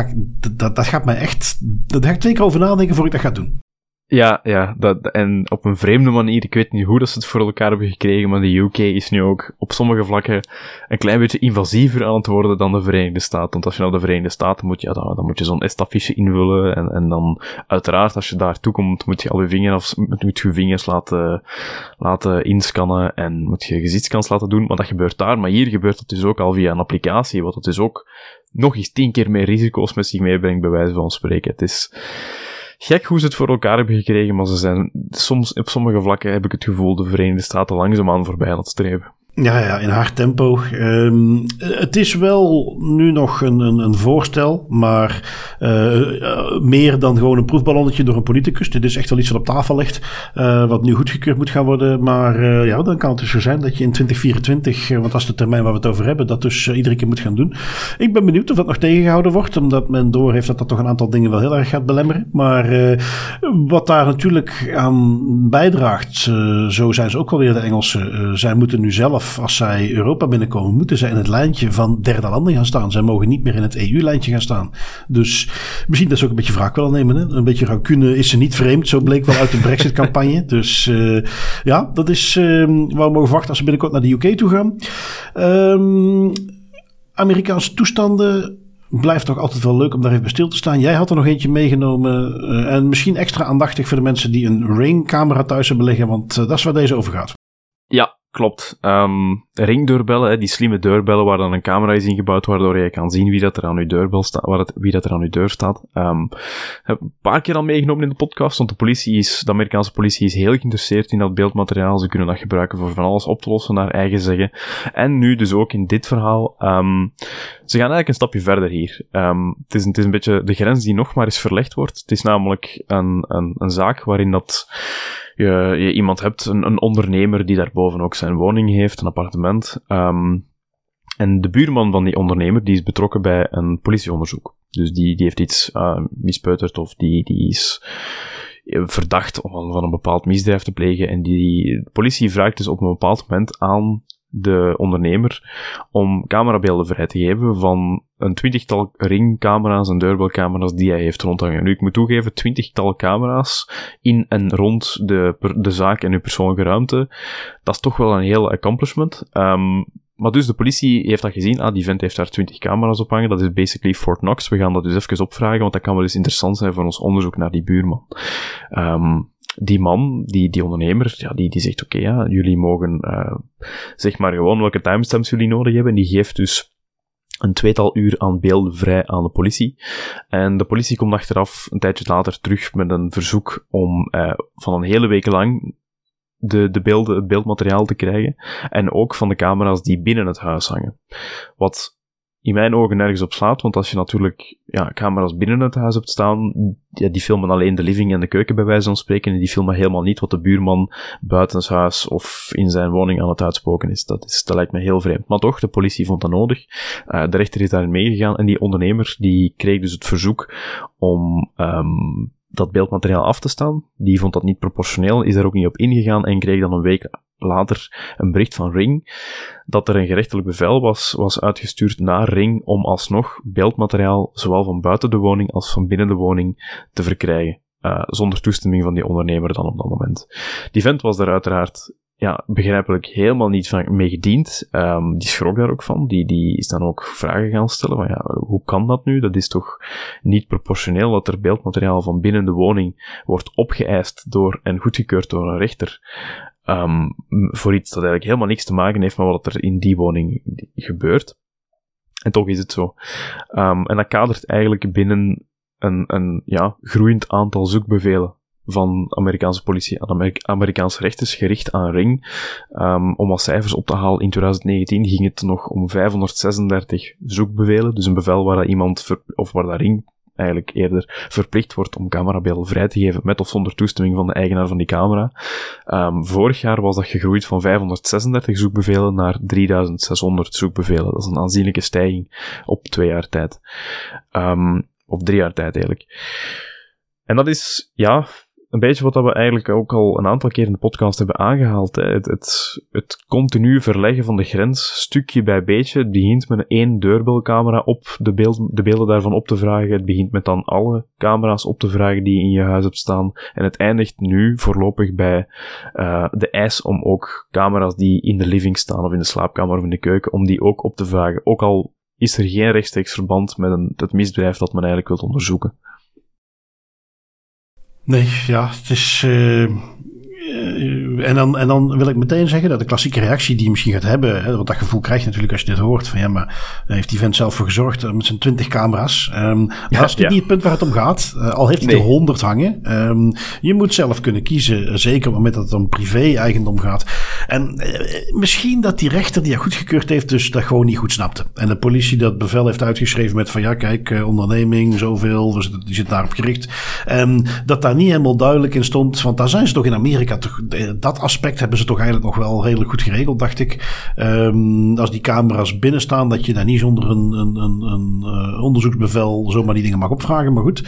[SPEAKER 2] dat gaat mij echt, daar ga ik 2 keer over nadenken voor ik dat ga doen.
[SPEAKER 1] Ja, en op een vreemde manier, ik weet niet hoe dat ze het voor elkaar hebben gekregen, maar de UK is nu ook op sommige vlakken een klein beetje invasiever aan het worden dan de Verenigde Staten. Want als je naar de Verenigde Staten moet, dan moet je zo'n estaffiche invullen, en dan uiteraard als je daartoe komt, moet je al je vingers laten inscannen en moet je gezichtscans laten doen, maar dat gebeurt daar. Maar hier gebeurt dat dus ook al via een applicatie, wat het dus ook nog eens 10 keer meer risico's met zich meebrengt, bij wijze van spreken. Het is gek hoe ze het voor elkaar hebben gekregen, maar ze zijn soms, op sommige vlakken heb ik het gevoel, de Verenigde Staten langzaamaan voorbij aan het streven.
[SPEAKER 2] Ja, in hard tempo. Het is wel nu nog een voorstel, maar meer dan gewoon een proefballonnetje door een politicus. Dit is echt wel iets wat op tafel ligt, wat nu goedgekeurd moet gaan worden. Maar dan kan het dus zo zijn dat je in 2024, want dat is de termijn waar we het over hebben, dat dus iedere keer moet gaan doen. Ik ben benieuwd of dat nog tegengehouden wordt, omdat men doorheeft dat toch een aantal dingen wel heel erg gaat belemmeren. Maar wat daar natuurlijk aan bijdraagt, zo zijn ze ook alweer de Engelsen. Zij moeten nu zelf, als zij Europa binnenkomen, moeten zij in het lijntje van derde landen gaan staan. Zij mogen niet meer in het EU-lijntje gaan staan. Dus misschien dat ze ook een beetje wraak willen nemen. Hè? Een beetje rancune is ze niet vreemd. Zo bleek wel uit de Brexit-campagne. Dus dat is waar we mogen verwachten als ze binnenkort naar de UK toe gaan. Amerikaanse toestanden. Blijft toch altijd wel leuk om daar even bij stil te staan. Jij had er nog eentje meegenomen. En misschien extra aandachtig voor de mensen die een Ring-camera thuis hebben liggen. Want dat is waar deze over gaat.
[SPEAKER 1] Ja, klopt. Ringdeurbellen, die slimme deurbellen waar dan een camera is ingebouwd, waardoor je kan zien wie dat er aan je deurbel staat, wie dat er aan je deur staat. Heb een paar keer al meegenomen in de podcast, want de Amerikaanse politie is heel geïnteresseerd in dat beeldmateriaal. Ze kunnen dat gebruiken voor van alles op te lossen, naar eigen zeggen. En nu dus ook in dit verhaal. Ze gaan eigenlijk een stapje verder hier. Het is een beetje de grens die nog maar eens verlegd wordt. Het is namelijk een zaak waarin dat je iemand hebt, een ondernemer die daarboven ook zijn woning heeft, een appartement. En de buurman van die ondernemer, die is betrokken bij een politieonderzoek. Dus die heeft iets mispeuterd of die is verdacht van een bepaald misdrijf te plegen. En de politie vraagt dus op een bepaald moment aan de ondernemer om camerabeelden vrij te geven van een 20-tal ringcamera's en deurbelcamera's die hij heeft rondhangen. Nu, ik moet toegeven, 20-tal camera's in en rond de zaak en uw persoonlijke ruimte, dat is toch wel een heel accomplishment. Maar dus de politie heeft dat gezien. Die vent heeft daar 20 camera's op hangen. Dat is basically Fort Knox. We gaan dat dus even opvragen, want dat kan wel eens interessant zijn voor ons onderzoek naar die buurman. Die man, die ondernemer, die zegt oké, jullie mogen zeg maar gewoon welke timestamps jullie nodig hebben. En die geeft dus een 2-tal uur aan beelden vrij aan de politie. En de politie komt achteraf een tijdje later terug met een verzoek om van een hele week lang het beeldmateriaal te krijgen. En ook van de camera's die binnen het huis hangen. Wat in mijn ogen nergens op slaat, want als je natuurlijk camera's binnen het huis hebt staan, die filmen alleen de living en de keuken bij wijze van spreken, en die filmen helemaal niet wat de buurman buiten het huis of in zijn woning aan het uitspoken is. Dat lijkt me heel vreemd. Maar toch, de politie vond dat nodig. De rechter is daarin meegegaan en die ondernemer die kreeg dus het verzoek om dat beeldmateriaal af te staan. Die vond dat niet proportioneel, is daar ook niet op ingegaan en kreeg dan een week later een bericht van Ring dat er een gerechtelijk bevel was uitgestuurd naar Ring om alsnog beeldmateriaal zowel van buiten de woning als van binnen de woning te verkrijgen. Zonder toestemming van die ondernemer dan op dat moment. Die vent was daar uiteraard begrijpelijk helemaal niet mee gediend. Die schrok daar ook van. Die is dan ook vragen gaan stellen van hoe kan dat nu? Dat is toch niet proportioneel dat er beeldmateriaal van binnen de woning wordt opgeëist door en goedgekeurd door een rechter. Voor iets dat eigenlijk helemaal niks te maken heeft met wat er in die woning gebeurt. En toch is het zo. En dat kadert eigenlijk binnen een groeiend aantal zoekbevelen van Amerikaanse politie aan Amerikaanse rechters gericht aan Ring. Om wat cijfers op te halen, in 2019 ging het nog om 536 zoekbevelen. Dus een bevel waar dat iemand, waar dat Ring eigenlijk eerder verplicht wordt om camerabeelden vrij te geven met of zonder toestemming van de eigenaar van die camera. Vorig jaar was dat gegroeid van 536 zoekbevelen naar 3600 zoekbevelen. Dat is een aanzienlijke stijging op 2 jaar tijd. Of 3 jaar tijd eigenlijk. En dat is, een beetje wat we eigenlijk ook al een aantal keer in de podcast hebben aangehaald. Hè. Het continu verleggen van de grens, stukje bij beetje. Het begint met 1 deurbelcamera op de beelden daarvan op te vragen. Het begint met dan alle camera's op te vragen die je in je huis hebt staan. En het eindigt nu voorlopig bij de eis om ook camera's die in de living staan, of in de slaapkamer of in de keuken, om die ook op te vragen. Ook al is er geen rechtstreeks verband met het misdrijf dat men eigenlijk wil onderzoeken.
[SPEAKER 2] Nee, het is... En dan wil ik meteen zeggen dat de klassieke reactie die je misschien gaat hebben, want dat gevoel krijg je natuurlijk als je dit hoort, van maar heeft die vent zelf voor gezorgd met zijn 20 camera's. Dat is niet het punt waar het om gaat. Al heeft hij er 100 hangen. Je moet zelf kunnen kiezen, zeker op het moment dat het om privé-eigendom gaat. En misschien dat die rechter die dat goedgekeurd heeft, dus dat gewoon niet goed snapte. En de politie dat bevel heeft uitgeschreven met van kijk, onderneming, zoveel, dus die zit daarop gericht. Dat daar niet helemaal duidelijk in stond, want daar zijn ze toch in Amerika toch, dat aspect hebben ze toch eigenlijk nog wel redelijk goed geregeld, dacht ik. Als die camera's binnen staan, dat je daar niet zonder een onderzoeksbevel zomaar die dingen mag opvragen. Maar goed.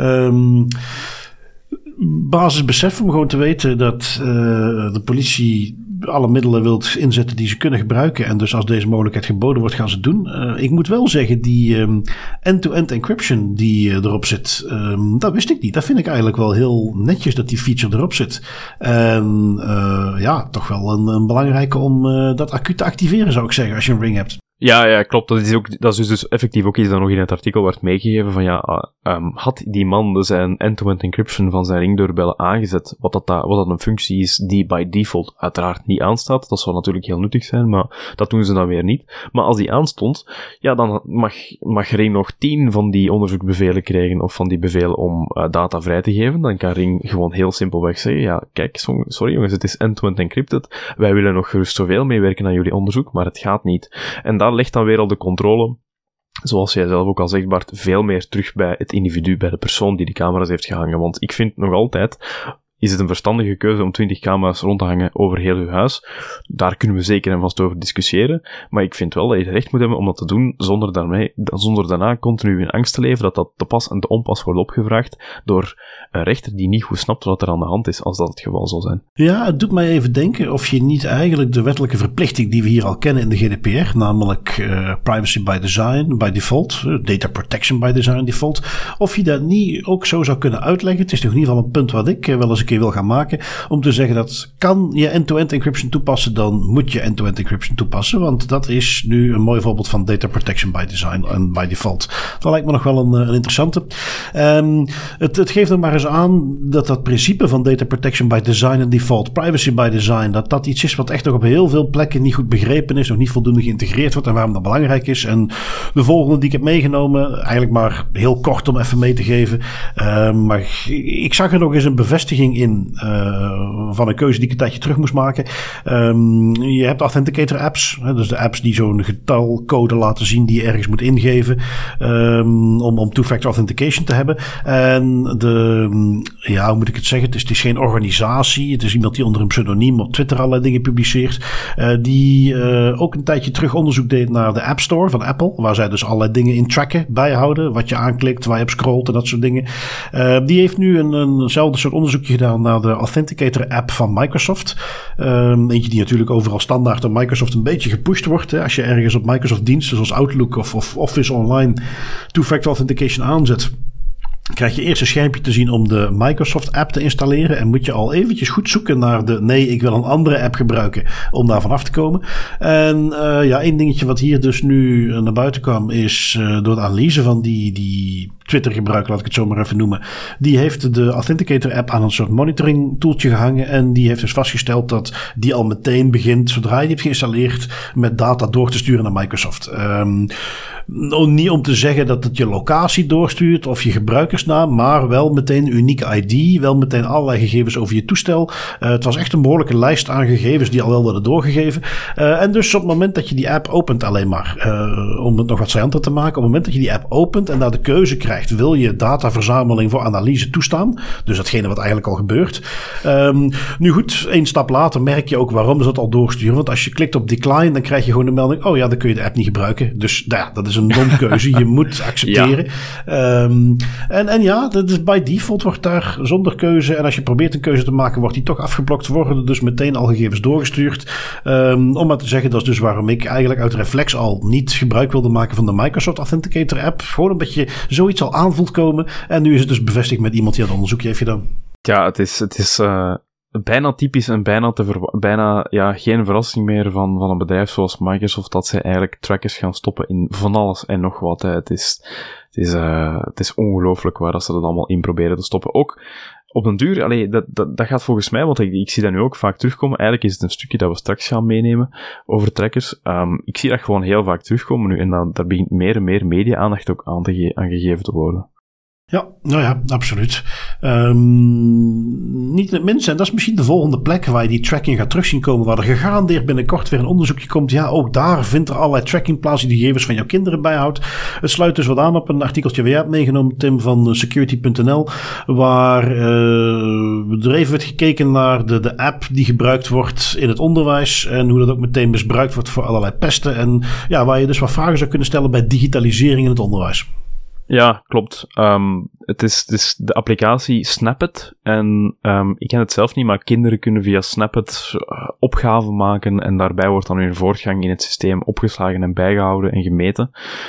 [SPEAKER 2] Basisbesef om gewoon te weten dat de politie alle middelen wilt inzetten die ze kunnen gebruiken. En dus als deze mogelijkheid geboden wordt, gaan ze het doen. Ik moet wel zeggen, die end-to-end encryption die erop zit, dat wist ik niet. Dat vind ik eigenlijk wel heel netjes dat die feature erop zit. En toch wel een belangrijke om dat acuut te activeren, zou ik zeggen, als je een Ring hebt. Ja, klopt. Dat is dus effectief ook iets dat nog in het artikel werd meegegeven van had die man zijn end-to-end encryption van zijn ringdeurbellen aangezet, wat dat een functie is die by default uiteraard niet aanstaat. Dat zou natuurlijk heel nuttig zijn, maar dat doen ze dan weer niet. Maar als die aanstond, dan mag Ring nog 10 van die onderzoekbevelen krijgen, of van die bevelen om data vrij te geven. Dan kan Ring gewoon heel simpelweg zeggen, kijk, sorry jongens, het is end-to-end encrypted. Wij willen nog gerust zoveel meewerken aan jullie onderzoek, maar het gaat niet. En daar ligt dan weer al de controle, zoals jij zelf ook al zegt, Bart, veel meer terug bij het individu, bij de persoon die de camera's heeft gehangen. Want ik vind nog altijd, is het een verstandige keuze om 20 camera's rond te hangen over heel uw huis? Daar kunnen we zeker en vast over discussiëren. Maar ik vind wel dat je het recht moet hebben om dat te doen, zonder daarna continu in angst te leven dat te pas en te onpas wordt opgevraagd door een rechter die niet goed snapt wat er aan de hand is, als dat het geval zal zijn. Ja, het doet mij even denken of je niet eigenlijk de wettelijke verplichting die we hier al kennen in de GDPR, namelijk privacy by design, by default, data protection by design default, of je dat niet ook zo zou kunnen uitleggen. Het is toch in ieder geval een punt wat ik wel eens een keer wil gaan maken, om te zeggen dat kan je end-to-end encryption toepassen dan moet je end-to-end encryption toepassen. Want dat is nu een mooi voorbeeld van data protection by design en by default. Dat lijkt me nog wel een interessante. Het geeft er maar eens aan dat principe van data protection by design en default, privacy by design, dat iets is wat echt nog op heel veel plekken niet goed begrepen is, nog niet voldoende geïntegreerd wordt en waarom dat belangrijk is. En de volgende die ik heb meegenomen, eigenlijk maar heel kort om even mee te geven. Maar ik zag er nog eens een bevestiging in van een keuze die ik een tijdje terug moest maken. Je hebt authenticator apps, dus de apps die zo'n getalcode laten zien die je ergens moet ingeven om two-factor authentication te hebben. En hoe moet ik het zeggen? Het is geen organisatie, het is iemand die onder een pseudoniem op Twitter allerlei dingen publiceert, die ook een tijdje terug onderzoek deed naar de App Store van Apple, waar zij dus allerlei dingen in tracken, bijhouden, wat je aanklikt, waar je op scrolt en dat soort dingen. Die heeft nu eenzelfde soort onderzoekje gedaan naar de Authenticator app van Microsoft. Eentje die natuurlijk overal standaard door Microsoft een beetje gepusht wordt. Hè. Als je ergens op Microsoft diensten zoals Outlook of Office Online two-factor authentication aanzet, krijg je eerst een schermpje te zien om de Microsoft app te installeren. En moet je al eventjes goed zoeken naar ik wil een andere app gebruiken om daar vanaf te komen. En één dingetje wat hier dus nu naar buiten kwam is door de analyse van die Twitter gebruiker, laat ik het zo maar even noemen. Die heeft de Authenticator app aan een soort monitoring tooltje gehangen. En die heeft dus vastgesteld dat die al meteen begint, zodra je die hebt geïnstalleerd, met data door te sturen naar Microsoft. Niet om te zeggen dat het je locatie doorstuurt of je gebruikersnaam, maar wel meteen een unieke ID, wel meteen allerlei gegevens over je toestel. Het was echt een behoorlijke lijst aan gegevens die al wel worden doorgegeven. En dus op het moment dat je die app opent, alleen maar om het nog wat saillanter te maken, op het moment dat je die app opent en daar de keuze krijgt, wil je dataverzameling voor analyse toestaan, dus datgene wat eigenlijk al gebeurt. Nu goed, 1 stap later merk je ook waarom ze dat al doorsturen, want als je klikt op decline, dan krijg je gewoon een melding, oh ja, dan kun je de app niet gebruiken. Dus dat is een non-keuze. Je moet accepteren. Ja. Dat is by default wordt daar zonder keuze. En als je probeert een keuze te maken, wordt die toch afgeblokt. Worden er dus meteen al gegevens doorgestuurd. Om maar te zeggen, dat is dus waarom ik eigenlijk uit reflex al niet gebruik wilde maken van de Microsoft Authenticator app. Gewoon omdat je zoiets al aan voelt komen. En nu is het dus bevestigd met iemand die aan het onderzoekje heeft gedaan.
[SPEAKER 1] Ja, het is bijna typisch en bijna geen verrassing meer van een bedrijf zoals Microsoft, dat zij eigenlijk trackers gaan stoppen in van alles en nog wat. Het is ongelooflijk waar dat ze dat allemaal in proberen te stoppen. Ook op een duur, dat gaat volgens mij, want ik zie dat nu ook vaak terugkomen. Eigenlijk is het een stukje dat we straks gaan meenemen over trackers. Ik zie dat gewoon heel vaak terugkomen nu en daar begint meer en meer media-aandacht ook aan gegeven te worden.
[SPEAKER 2] Ja, nou ja, absoluut. Niet in het minst, en dat is misschien de volgende plek waar je die tracking gaat terugzien komen, waar er gegarandeerd binnenkort weer een onderzoekje komt. Ja, ook daar vindt er allerlei tracking plaats die de gegevens van jouw kinderen bijhoudt. Het sluit dus wat aan op een artikeltje waar jij hebt meegenomen, Tim, van security.nl, waar er even werd gekeken naar de app die gebruikt wordt in het onderwijs en hoe dat ook meteen misbruikt wordt voor allerlei pesten. En ja, waar je dus wat vragen zou kunnen stellen bij digitalisering in het onderwijs.
[SPEAKER 1] Ja, klopt. Het is de applicatie Snapit. En ik ken het zelf niet, maar kinderen kunnen via Snapit opgaven maken. En daarbij wordt dan hun voortgang in het systeem opgeslagen en bijgehouden en gemeten.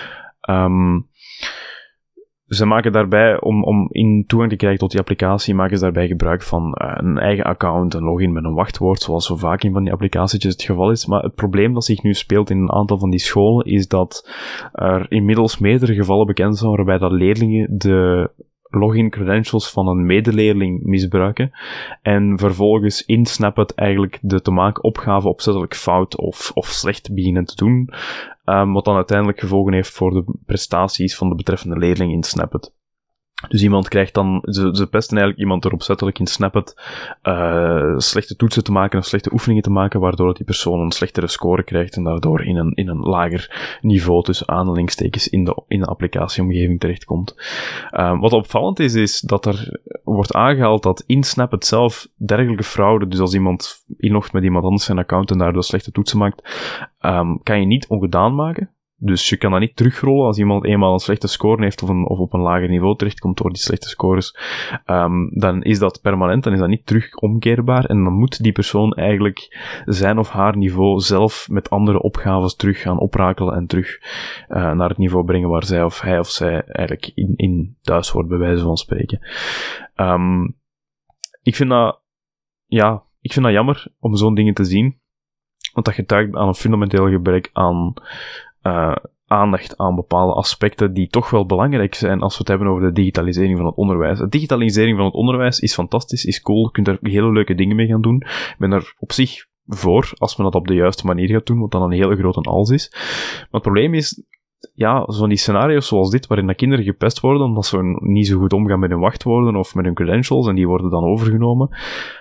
[SPEAKER 1] Ze maken daarbij, om in toegang te krijgen tot die applicatie, maken ze daarbij gebruik van een eigen account, een login met een wachtwoord, zoals zo vaak in van die applicatietjes het geval is. Maar het probleem dat zich nu speelt in een aantal van die scholen, is dat er inmiddels meerdere gevallen bekend zijn waarbij dat leerlingen de login credentials van een medeleerling misbruiken en vervolgens in Snapit eigenlijk de te maken opgave opzettelijk fout of slecht beginnen te doen, wat dan uiteindelijk gevolgen heeft voor de prestaties van de betreffende leerling in Snapit. Dus iemand krijgt dan, ze pesten eigenlijk iemand erop opzettelijk in Snapit slechte toetsen te maken of slechte oefeningen te maken, waardoor dat die persoon een slechtere score krijgt en daardoor in een lager niveau tussen aanhalingstekens in de applicatieomgeving terechtkomt. Wat opvallend is dat er wordt aangehaald dat in Snapit zelf dergelijke fraude, dus als iemand inlogt met iemand anders zijn account en daardoor slechte toetsen maakt, kan je niet ongedaan maken. Dus je kan dat niet terugrollen als iemand eenmaal een slechte score heeft of op een lager niveau terechtkomt door die slechte scores. Dan is dat permanent, dan is dat niet terug omkeerbaar en dan moet die persoon eigenlijk zijn of haar niveau zelf met andere opgaves terug gaan oprakelen en terug naar het niveau brengen waar hij of zij eigenlijk in thuis hoort, bij wijze van spreken. Ik vind dat jammer om zo'n dingen te zien. Want dat getuigt aan een fundamenteel gebrek aan aandacht aan bepaalde aspecten die toch wel belangrijk zijn als we het hebben over de digitalisering van het onderwijs. De digitalisering van het onderwijs is fantastisch, is cool, je kunt er hele leuke dingen mee gaan doen. Ik ben er op zich voor, als men dat op de juiste manier gaat doen, wat dan een hele grote als is. Maar het probleem is, ja, zo'n die scenario's zoals dit, waarin dat kinderen gepest worden, omdat ze niet zo goed omgaan met hun wachtwoorden of met hun credentials, en die worden dan overgenomen.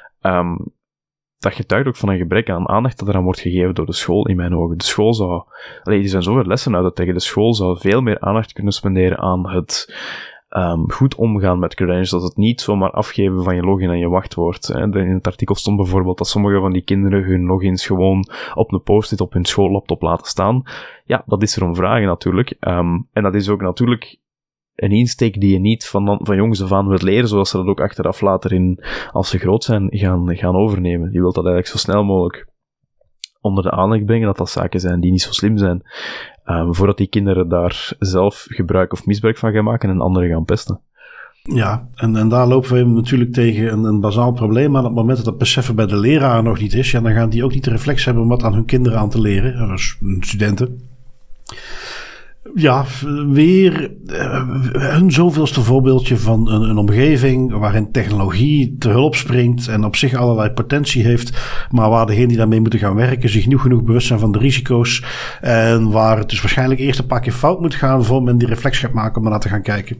[SPEAKER 1] Dat getuigt ook van een gebrek aan aandacht dat eraan wordt gegeven door de school, in mijn ogen. De school zou... er zijn zoveel lessen uit te trekken. De school zou veel meer aandacht kunnen spenderen aan het goed omgaan met credentials. Dat het niet zomaar afgeven van je login en je wachtwoord. In het artikel stond bijvoorbeeld dat sommige van die kinderen hun logins gewoon op een post-it op hun schoollaptop laten staan. Ja, dat is er om vragen natuurlijk. En dat is ook natuurlijk een insteek die je niet van jongs af aan wilt leren, zodat ze dat ook achteraf later als ze groot zijn, gaan overnemen. Je wilt dat eigenlijk zo snel mogelijk onder de aandacht brengen, dat zaken zijn die niet zo slim zijn, voordat die kinderen daar zelf gebruik of misbruik van gaan maken en anderen gaan pesten.
[SPEAKER 2] Ja, en daar lopen we natuurlijk tegen een bazaal probleem aan. Op het moment dat het beseffen bij de leraar nog niet is, ja, dan gaan die ook niet de reflex hebben om wat aan hun kinderen aan te leren, dus studenten. Ja, weer een zoveelste voorbeeldje van een omgeving waarin technologie te hulp springt en op zich allerlei potentie heeft, maar waar degenen die daarmee moeten gaan werken zich niet genoeg bewust zijn van de risico's en waar het dus waarschijnlijk eerst een paar keer fout moet gaan voor men die reflex gaat maken om er naar te gaan kijken.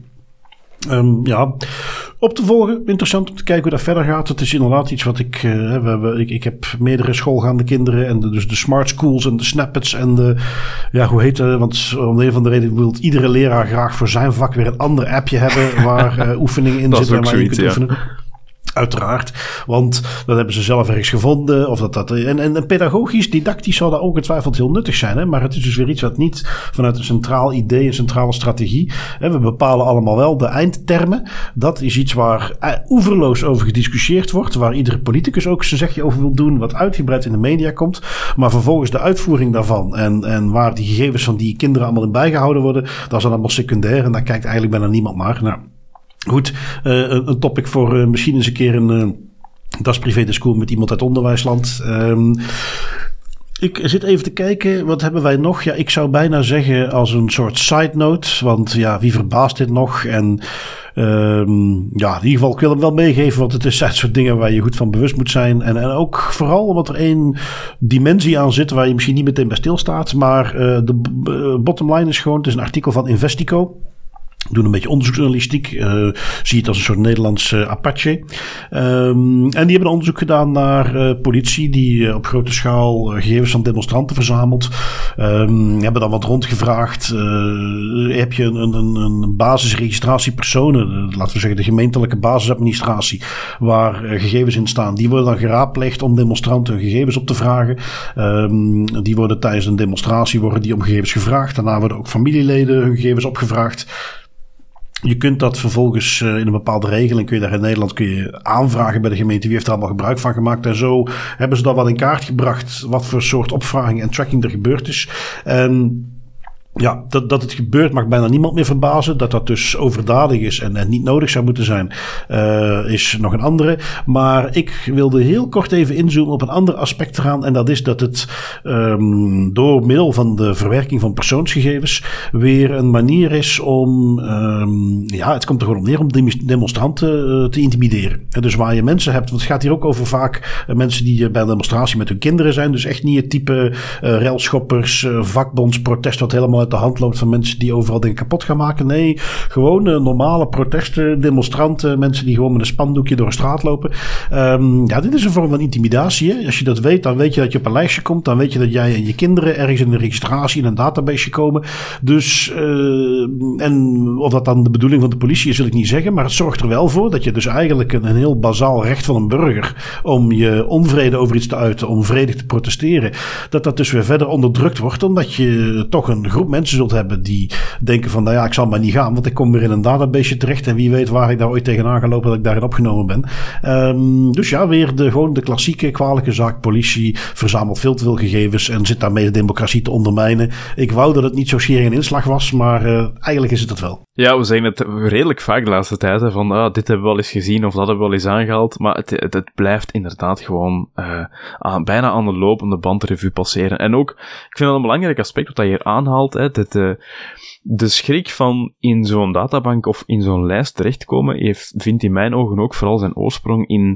[SPEAKER 2] Ja, op te volgen. Interessant om te kijken hoe dat verder gaat. Het is inderdaad iets wat ik heb meerdere schoolgaande kinderen en dus de smart schools en de snippets en de, ja, hoe heet het? Want om de een van de reden wil iedere leraar graag voor zijn vak weer een ander appje hebben waar oefeningen in zitten en waar je kunt oefenen. Uiteraard, want dat hebben ze zelf ergens gevonden. En pedagogisch, didactisch zal dat ongetwijfeld heel nuttig zijn. Hè? Maar het is dus weer iets wat niet vanuit een centraal idee, een centrale strategie. Hè? We bepalen allemaal wel de eindtermen. Dat is iets waar oeverloos over gediscussieerd wordt. Waar iedere politicus ook zijn zegje over wil doen. Wat uitgebreid in de media komt. Maar vervolgens de uitvoering daarvan. En waar die gegevens van die kinderen allemaal in bijgehouden worden. Dat is dan allemaal secundair. En daar kijkt eigenlijk bijna niemand naar. Nou. Goed, een topic voor misschien eens een keer een Das Privé Discours met iemand uit onderwijsland. Ik zit even te kijken, wat hebben wij nog? Ja, ik zou bijna zeggen als een soort side note, want ja, wie verbaast dit nog? En ja, in ieder geval, ik wil hem wel meegeven, want het is het soort dingen waar je goed van bewust moet zijn. En ook vooral omdat er één dimensie aan zit waar je misschien niet meteen bij stilstaat. Maar de bottom line is gewoon, het is een artikel van Investico. Doen een beetje onderzoeksjournalistiek. Zie het als een soort Nederlands Apache. En die hebben een onderzoek gedaan naar politie die op grote schaal gegevens van demonstranten verzamelt. Hebben dan wat rondgevraagd. Heb je een basisregistratie personen, laten we zeggen de gemeentelijke basisadministratie, waar gegevens in staan. Die worden dan geraadpleegd om demonstranten hun gegevens op te vragen. Die worden tijdens een demonstratie om gegevens gevraagd. Daarna worden ook familieleden hun gegevens opgevraagd. Je kunt dat vervolgens in een bepaalde regeling, kun je daar in Nederland aanvragen bij de gemeente wie heeft er allemaal gebruik van gemaakt. En zo hebben ze dat wel in kaart gebracht wat voor soort opvraging en tracking er gebeurd is. Ja, dat het gebeurt mag bijna niemand meer verbazen. Dat dus overdadig is en niet nodig zou moeten zijn, is nog een andere. Maar ik wilde heel kort even inzoomen op een ander aspect eraan. En dat is dat het door middel van de verwerking van persoonsgegevens weer een manier is om, ja, het komt er gewoon op neer om demonstranten te intimideren. En dus waar je mensen hebt, want het gaat hier ook over vaak mensen die bij een demonstratie met hun kinderen zijn. Dus echt niet het type relschoppers, vakbondsprotest wat helemaal uit de hand loopt van mensen die overal dingen kapot gaan maken. Nee, gewoon normale protesten, demonstranten, mensen die gewoon met een spandoekje door een straat lopen. Ja, dit is een vorm van intimidatie. Hè? Als je dat weet, dan weet je dat je op een lijstje komt. Dan weet je dat jij en je kinderen ergens in een registratie in een database komen. Dus, en of dat dan de bedoeling van de politie is, wil ik niet zeggen. Maar het zorgt er wel voor dat je dus eigenlijk een heel bazaal recht van een burger om je onvrede over iets te uiten, om vredig te protesteren, dat dus weer verder onderdrukt wordt, omdat je toch een groep mensen zult hebben die denken van, nou ja, ik zal maar niet gaan, want ik kom weer in een database terecht en wie weet waar ik daar ooit tegenaan ga lopen dat ik daarin opgenomen ben. Dus ja, weer gewoon de klassieke kwalijke zaak. Politie verzamelt veel te veel gegevens en zit daarmee de democratie te ondermijnen. Ik wou dat het niet zo schering en inslag was, maar eigenlijk is het wel.
[SPEAKER 1] Ja, we zeggen het redelijk vaak de laatste tijd, hè, van dit hebben we wel eens gezien of dat hebben we wel eens aangehaald, maar het blijft inderdaad gewoon bijna aan de lopende band de revue passeren. En ook, ik vind dat een belangrijk aspect wat hij hier aanhaalt, hè, de schrik van in zo'n databank of in zo'n lijst terechtkomen vindt in mijn ogen ook vooral zijn oorsprong in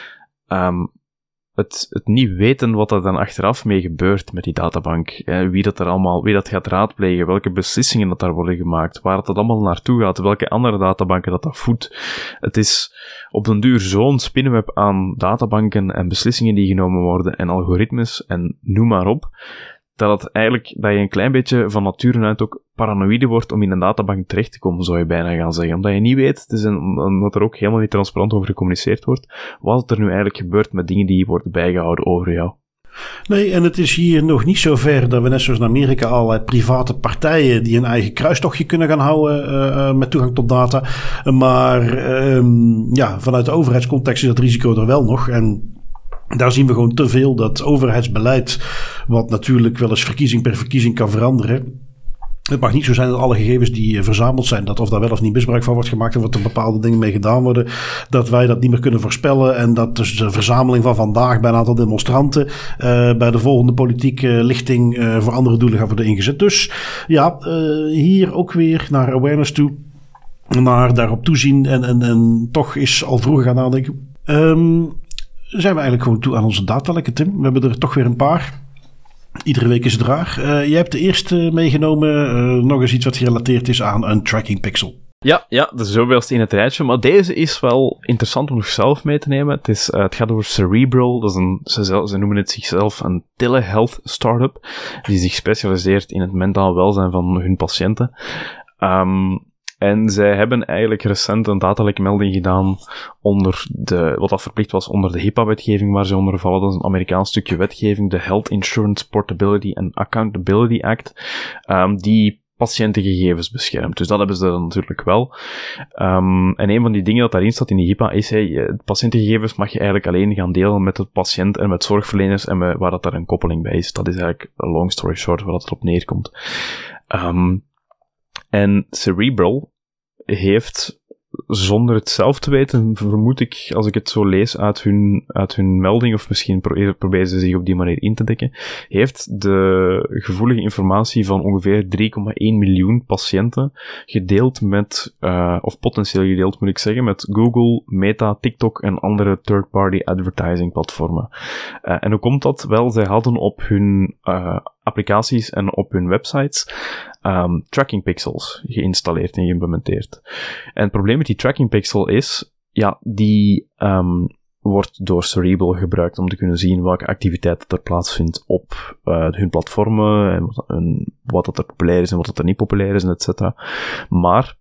[SPEAKER 1] het niet weten wat er dan achteraf mee gebeurt met die databank. Wie dat gaat raadplegen, welke beslissingen dat daar worden gemaakt, waar dat allemaal naartoe gaat, welke andere databanken dat voedt. Het is op den duur zo'n spinnenweb aan databanken en beslissingen die genomen worden en algoritmes en noem maar op, dat je een klein beetje van nature uit ook paranoïde wordt om in een databank terecht te komen, zou je bijna gaan zeggen. Omdat je niet weet, omdat er ook helemaal niet transparant over gecommuniceerd wordt, wat er nu eigenlijk gebeurt met dingen die worden bijgehouden over jou.
[SPEAKER 2] Nee, en het is hier nog niet zo ver dat we net zoals in Amerika allerlei private partijen die een eigen kruistochtje kunnen gaan houden met toegang tot data. Maar vanuit de overheidscontext is dat risico er wel nog. En daar zien we gewoon te veel dat overheidsbeleid, wat natuurlijk wel eens verkiezing per verkiezing kan veranderen. Het mag niet zo zijn dat alle gegevens die verzameld zijn, dat of daar wel of niet misbruik van wordt gemaakt en wat er bepaalde dingen mee gedaan worden, dat wij dat niet meer kunnen voorspellen en dat dus de verzameling van vandaag bij een aantal demonstranten bij de volgende politieke lichting voor andere doelen gaat worden ingezet. Dus ja, hier ook weer naar awareness toe, naar daarop toezien en toch is al vroeger gaan nadenken. Zijn we eigenlijk gewoon toe aan onze datalekken, Tim. We hebben er toch weer een paar. Iedere week is het raar. Jij hebt de eerste meegenomen. Nog eens iets wat gerelateerd is aan een tracking pixel.
[SPEAKER 1] Ja, dat is zoveelste in het rijtje. Maar deze is wel interessant om zelf mee te nemen. Het gaat over Cerebral. Dat is ze noemen het zichzelf een telehealth startup. Die zich specialiseert in het mentaal welzijn van hun patiënten. En zij hebben eigenlijk recent een datalekmelding gedaan onder wat dat verplicht was onder de HIPAA-wetgeving waar ze onder vallen. Dat is een Amerikaans stukje wetgeving, de Health Insurance Portability and Accountability Act, die patiëntengegevens beschermt. Dus dat hebben ze dan natuurlijk wel. En een van die dingen dat daarin staat in die HIPAA is, patiëntengegevens mag je eigenlijk alleen gaan delen met de patiënt en met zorgverleners en waar dat daar een koppeling bij is. Dat is eigenlijk, long story short, waar dat erop neerkomt. En Cerebral heeft, zonder het zelf te weten, vermoed ik, als ik het zo lees uit hun melding, of misschien proberen ze zich op die manier in te dekken, heeft de gevoelige informatie van ongeveer 3,1 miljoen patiënten gedeeld met, of potentieel gedeeld moet ik zeggen, met Google, Meta, TikTok en andere third-party advertising platformen. En hoe komt dat? Wel, zij hadden op hun applicaties en op hun websites tracking pixels geïnstalleerd en geïmplementeerd. En het probleem met die tracking pixel is, die wordt door Cerebral gebruikt om te kunnen zien welke activiteit er plaatsvindt op hun platformen en wat dat er populair is en wat dat er niet populair is, et cetera. Maar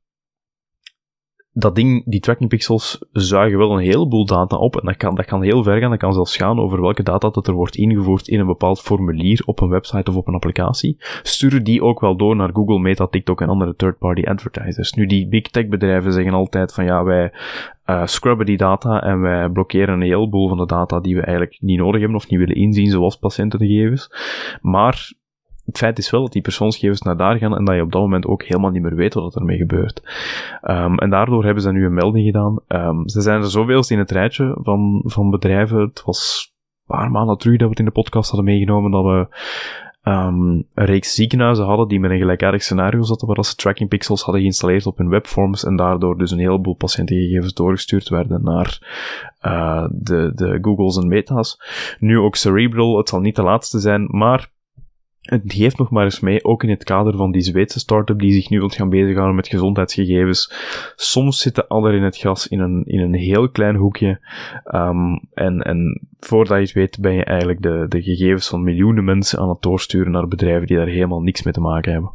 [SPEAKER 1] dat ding, die tracking pixels, zuigen wel een heleboel data op en dat kan heel ver gaan. Dat kan zelfs gaan over welke data dat er wordt ingevoerd in een bepaald formulier op een website of op een applicatie. Sturen die ook wel door naar Google, Meta, TikTok en andere third-party advertisers. Nu, die big tech bedrijven zeggen altijd van wij scrubben die data en wij blokkeren een heleboel van de data die we eigenlijk niet nodig hebben of niet willen inzien, zoals patiëntengegevens. Maar het feit is wel dat die persoonsgegevens naar daar gaan en dat je op dat moment ook helemaal niet meer weet wat ermee gebeurt. En daardoor hebben ze nu een melding gedaan. Ze zijn er zoveelst in het rijtje van bedrijven. Het was een paar maanden terug dat we het in de podcast hadden meegenomen dat we een reeks ziekenhuizen hadden die met een gelijkaardig scenario zaten, waar ze tracking pixels hadden geïnstalleerd op hun webforms en daardoor dus een heleboel patiëntengegevens doorgestuurd werden naar de Googles en Meta's. Nu ook Cerebral, het zal niet de laatste zijn, maar het geeft nog maar eens mee, ook in het kader van die Zweedse start-up die zich nu wilt gaan bezighouden met gezondheidsgegevens. Soms zitten alle in het gras in een heel klein hoekje. En voordat je het weet ben je eigenlijk de gegevens van miljoenen mensen aan het doorsturen naar bedrijven die daar helemaal niks mee te maken hebben.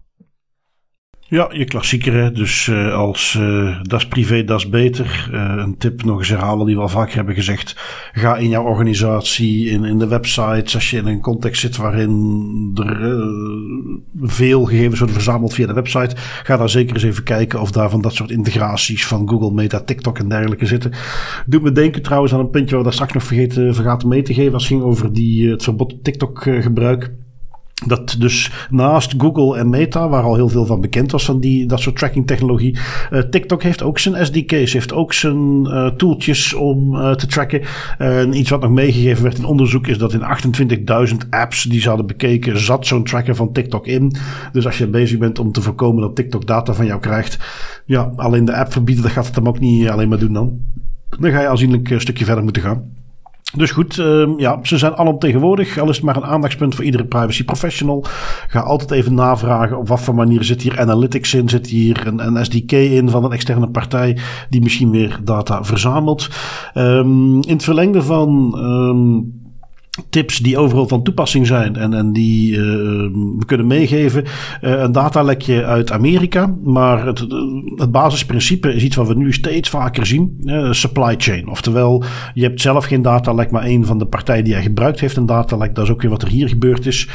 [SPEAKER 2] Ja, je klassieker, hè? Dus als dat is privé, dat is beter. Een tip nog eens herhalen die we al vaker hebben gezegd. Ga in jouw organisatie, in de websites, als je in een context zit waarin er veel gegevens worden verzameld via de website. Ga daar zeker eens even kijken of daar van dat soort integraties van Google, Meta, TikTok en dergelijke zitten. Doet me denken trouwens aan een puntje waar we daar straks nog vergaten mee te geven. Als het ging over het verbod op TikTok gebruik. Dat dus naast Google en Meta, waar al heel veel van bekend was van dat soort tracking technologie, TikTok heeft ook zijn SDK's, heeft ook zijn tooltjes om te tracken. En iets wat nog meegegeven werd in onderzoek is dat in 28.000 apps die ze hadden bekeken, zat zo'n tracker van TikTok in. Dus als je bezig bent om te voorkomen dat TikTok data van jou krijgt, ja, alleen de app verbieden, dat gaat het hem ook niet alleen maar doen dan. Dan ga je aanzienlijk een stukje verder moeten gaan. Dus goed, ze zijn alomtegenwoordig. Al is het maar een aandachtspunt voor iedere privacy professional. Ga altijd even navragen op wat voor manier zit hier analytics in. Zit hier een SDK in van een externe partij die misschien weer data verzamelt. In het verlengde van tips die overal van toepassing zijn en die we kunnen meegeven. Een datalekje uit Amerika, maar het basisprincipe is iets wat we nu steeds vaker zien. Supply chain. Oftewel, je hebt zelf geen datalek, maar een van de partijen die jij gebruikt heeft een datalek. Dat is ook weer wat er hier gebeurd is.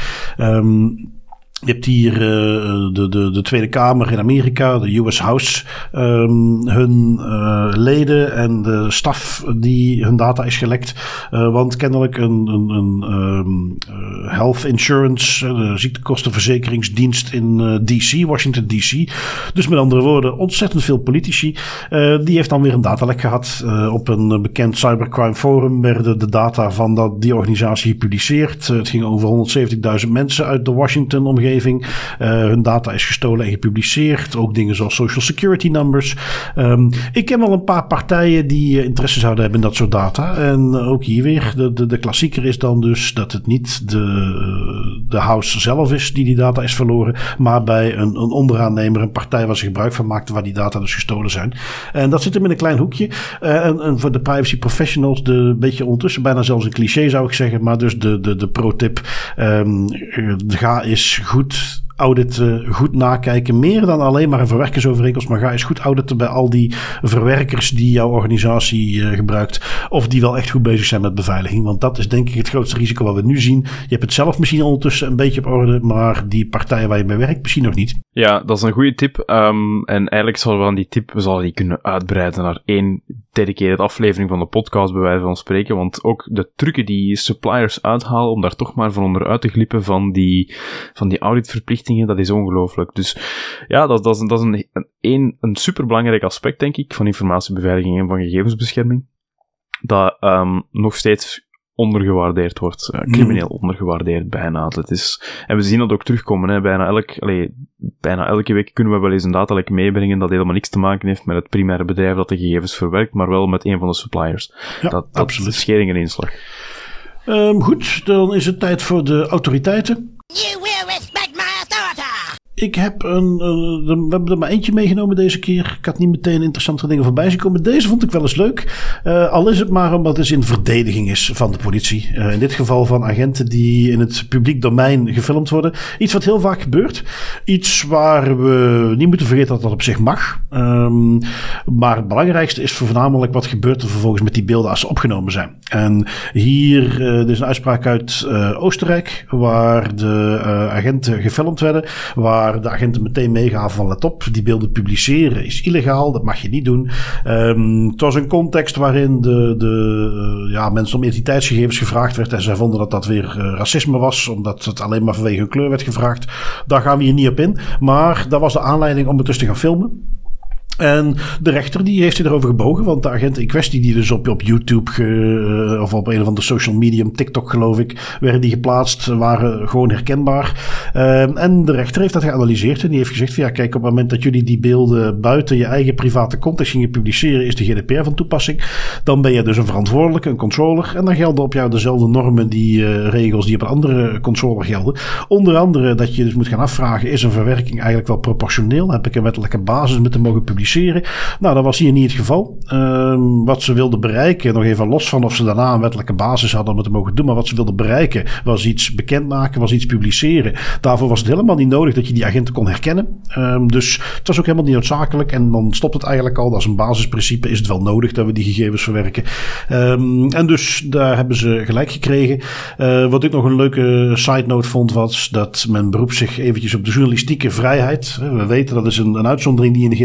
[SPEAKER 2] Je hebt hier de Tweede Kamer in Amerika, de US House, hun leden en de staf die hun data is gelekt. Want kennelijk een health insurance, de ziektekostenverzekeringsdienst in DC, Washington DC. Dus met andere woorden, ontzettend veel politici. Die heeft dan weer een datalek gehad. Op een bekend cybercrime forum werden de data van die organisatie gepubliceerd. Het ging over 170.000 mensen uit de Washington omgeving. Hun data is gestolen en gepubliceerd. Ook dingen zoals social security numbers. Ik ken wel een paar partijen die interesse zouden hebben in dat soort data. En ook hier weer, de klassieker is dan dus dat het niet de house zelf is die data is verloren, maar bij een onderaannemer, een partij waar ze gebruik van maakte, waar die data dus gestolen zijn. En dat zit hem in een klein hoekje. En voor de privacy professionals, een beetje ondertussen bijna zelfs een cliché zou ik zeggen, maar dus de pro-tip, ga eens goed auditen, goed nakijken. Meer dan alleen maar een verwerkersovereenkomst, maar ga eens goed auditen bij al die verwerkers die jouw organisatie gebruikt. Of die wel echt goed bezig zijn met beveiliging. Want dat is denk ik het grootste risico wat we nu zien. Je hebt het zelf misschien ondertussen een beetje op orde, maar die partijen waar je mee werkt misschien nog niet.
[SPEAKER 1] Ja, dat is een goede tip. En eigenlijk zullen we aan die tip, we zullen die kunnen uitbreiden naar 1 dedicated aflevering van de podcast, bij wijze van spreken. Want ook de trucken die suppliers uithalen om daar toch maar van onderuit te glippen van die auditverplichtingen, dat is ongelooflijk. Dus ja, dat is een superbelangrijk aspect, denk ik, van informatiebeveiliging en van gegevensbescherming, dat nog steeds ondergewaardeerd wordt. Crimineel ondergewaardeerd bijna. En we zien dat ook terugkomen. Hè. Bijna elke week kunnen we wel eens een datalek meebrengen dat helemaal niks te maken heeft met het primaire bedrijf dat de gegevens verwerkt, maar wel met een van de suppliers.
[SPEAKER 2] Ja,
[SPEAKER 1] dat
[SPEAKER 2] absoluut.
[SPEAKER 1] is schering en inslag.
[SPEAKER 2] Goed, dan is het tijd voor de autoriteiten.
[SPEAKER 3] You will respect my authority!
[SPEAKER 2] We hebben er maar eentje meegenomen deze keer. Ik had niet meteen interessante dingen voorbij zien komen. Deze vond ik wel eens leuk. Al is het maar omdat het in verdediging is van de politie. In dit geval van agenten die in het publiek domein gefilmd worden. Iets wat heel vaak gebeurt. Iets waar we niet moeten vergeten dat dat op zich mag. Maar het belangrijkste is voornamelijk wat gebeurt er vervolgens met die beelden als ze opgenomen zijn. En hier er is een uitspraak uit Oostenrijk waar de agenten gefilmd werden. Waar de agenten meteen meegaven van let op, die beelden publiceren is illegaal, dat mag je niet doen. Het was een context waarin de mensen om identiteitsgegevens gevraagd werd en zij vonden dat dat weer racisme was, omdat het alleen maar vanwege hun kleur werd gevraagd. Daar gaan we hier niet op in, maar dat was de aanleiding om het dus te gaan filmen. En de rechter die heeft zich erover gebogen, want de agenten in kwestie die dus op YouTube of op een of andere social medium, TikTok geloof ik, werden die geplaatst, waren gewoon herkenbaar. En de rechter heeft dat geanalyseerd en die heeft gezegd van ja, kijk, op het moment dat jullie die beelden buiten je eigen private context gingen publiceren, is de GDPR van toepassing. Dan ben je dus een verantwoordelijke, een controller, en dan gelden op jou dezelfde normen, die regels die op een andere controller gelden. Onder andere dat je dus moet gaan afvragen, is een verwerking eigenlijk wel proportioneel? Heb ik een wettelijke basis met te mogen publiceren? Nou, dat was hier niet het geval. Wat ze wilden bereiken, nog even los van of ze daarna een wettelijke basis hadden om het te mogen doen, maar wat ze wilden bereiken was iets bekendmaken, was iets publiceren. Daarvoor was het helemaal niet nodig dat je die agenten kon herkennen. Dus het was ook helemaal niet noodzakelijk en dan stopt het eigenlijk al. Dat is een basisprincipe, is het wel nodig dat we die gegevens verwerken. En dus daar hebben ze gelijk gekregen. Wat ik nog een leuke side note vond, was dat men beroept zich eventjes op de journalistieke vrijheid. We weten dat is een uitzondering die in de GDPR bestaat.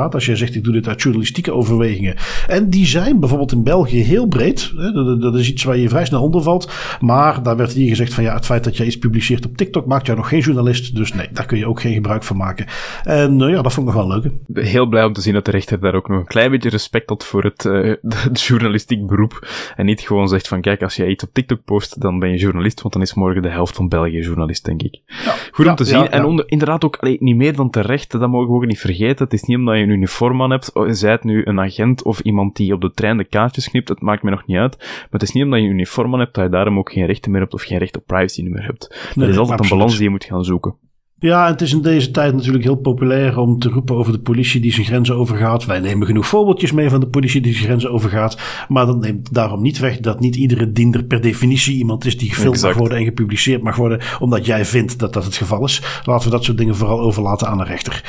[SPEAKER 2] staat. Als jij zegt, ik doe dit uit journalistieke overwegingen. En die zijn bijvoorbeeld in België heel breed. Hè? Dat is iets waar je vrij snel onder valt. Maar daar werd hier gezegd van het feit dat jij iets publiceert op TikTok maakt jou nog geen journalist. Dus nee, daar kun je ook geen gebruik van maken. En dat vond ik nog wel leuk.
[SPEAKER 1] Heel blij om te zien dat de rechter daar ook nog een klein beetje respect had voor het journalistiek beroep. En niet gewoon zegt van kijk, als jij iets op TikTok post, dan ben je journalist, want dan is morgen de helft van België journalist, denk ik. Ja, goed om te zien. En inderdaad ook niet meer dan terecht, dat mogen we ook niet vergeten. Het is niet omdat je een uniform aan hebt, zij het nu een agent of iemand die op de trein de kaartjes knipt, het maakt mij nog niet uit. Maar het is niet omdat je een uniform aan hebt, dat je daarom ook geen rechten meer hebt of geen recht op privacy meer hebt. Dat is altijd een balans die je moet gaan zoeken.
[SPEAKER 2] Ja, en het is in deze tijd natuurlijk heel populair om te roepen over de politie die zijn grenzen overgaat. Wij nemen genoeg voorbeeldjes mee van de politie die zijn grenzen overgaat. Maar dat neemt daarom niet weg dat niet iedere diender per definitie iemand is die gefilmd mag worden en gepubliceerd mag worden. Omdat jij vindt dat dat het geval is. Laten we dat soort dingen vooral overlaten aan de rechter.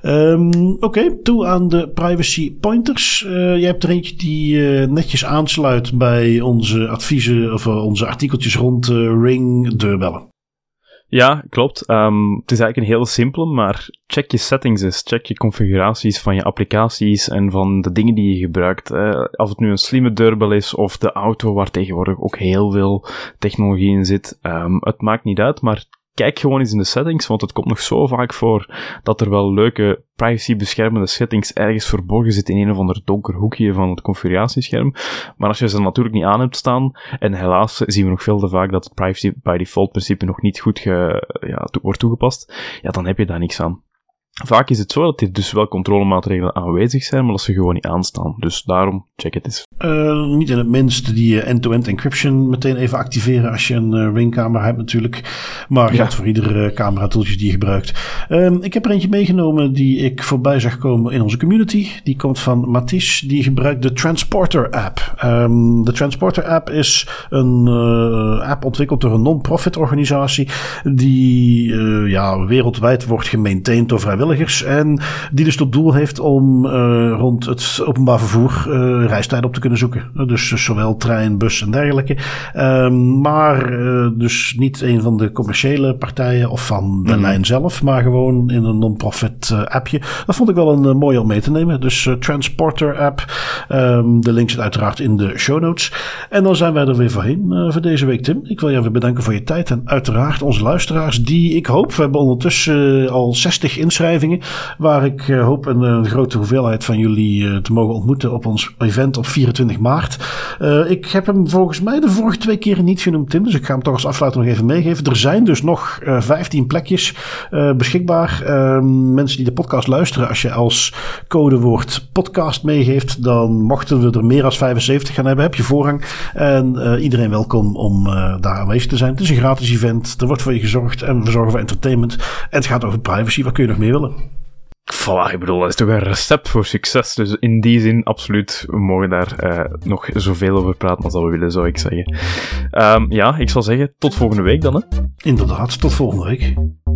[SPEAKER 2] Oké, toe aan de privacy pointers. Jij hebt er eentje die netjes aansluit bij onze adviezen of onze artikeltjes rond Ring deurbellen.
[SPEAKER 1] Ja, klopt. Het is eigenlijk een heel simpele, maar check je settings eens. Check je configuraties van je applicaties en van de dingen die je gebruikt. Als het nu een slimme deurbel is of de auto waar tegenwoordig ook heel veel technologie in zit. Het maakt niet uit, maar kijk gewoon eens in de settings, want het komt nog zo vaak voor dat er wel leuke privacy-beschermende settings ergens verborgen zitten in een of ander donker hoekje van het configuratiescherm. Maar als je ze natuurlijk niet aan hebt staan, en helaas zien we nog veel te vaak dat het privacy by default principe nog niet goed wordt toegepast, dan heb je daar niks aan. Vaak is het zo dat er dus wel controlemaatregelen aanwezig zijn, maar dat ze gewoon niet aanstaan. Dus daarom, check het eens.
[SPEAKER 2] Niet in het minst die end-to-end encryption meteen even activeren als je een Ring-camera hebt natuurlijk. Maar geldt voor iedere camera-tooltjes die je gebruikt. Ik heb er eentje meegenomen die ik voorbij zag komen in onze community. Die komt van Mathies. Die gebruikt de Transporter-app. De Transporter-app is een app ontwikkeld door een non-profit organisatie die wereldwijd wordt gemaintained door vrijwilligers. En die dus tot doel heeft om rond het openbaar vervoer reistijden op te kunnen zoeken. Dus zowel trein, bus en dergelijke. Maar dus niet een van de commerciële partijen of van de lijn zelf, maar gewoon in een non-profit appje. Dat vond ik wel een mooie om mee te nemen. Dus Transporter app. De link zit uiteraard in de show notes. En dan zijn wij er weer voorheen voor deze week, Tim. Ik wil je even bedanken voor je tijd en uiteraard onze luisteraars die ik hoop, we hebben ondertussen al 60 inschrijvingen, waar ik hoop een grote hoeveelheid van jullie te mogen ontmoeten op ons event op 24 maart. Ik heb hem volgens mij de vorige 2 keren niet genoemd, Tim, dus ik ga hem toch als afsluiter nog even meegeven. Er zijn dus nog 15 plekjes beschikbaar. Mensen die de podcast luisteren, als je als codewoord podcast meegeeft, dan mochten we er meer dan 75 gaan hebben, heb je voorrang. En iedereen welkom om daar aanwezig te zijn. Het is een gratis event, er wordt voor je gezorgd en we zorgen voor entertainment. En het gaat over privacy, wat kun je nog meer willen?
[SPEAKER 1] Voilà, ik bedoel, dat is toch een recept voor succes. Dus in die zin, absoluut, we mogen daar nog zoveel over praten als dat we willen, zou ik zeggen. Ik zal zeggen, tot volgende week dan, hè?
[SPEAKER 2] Inderdaad, tot volgende week.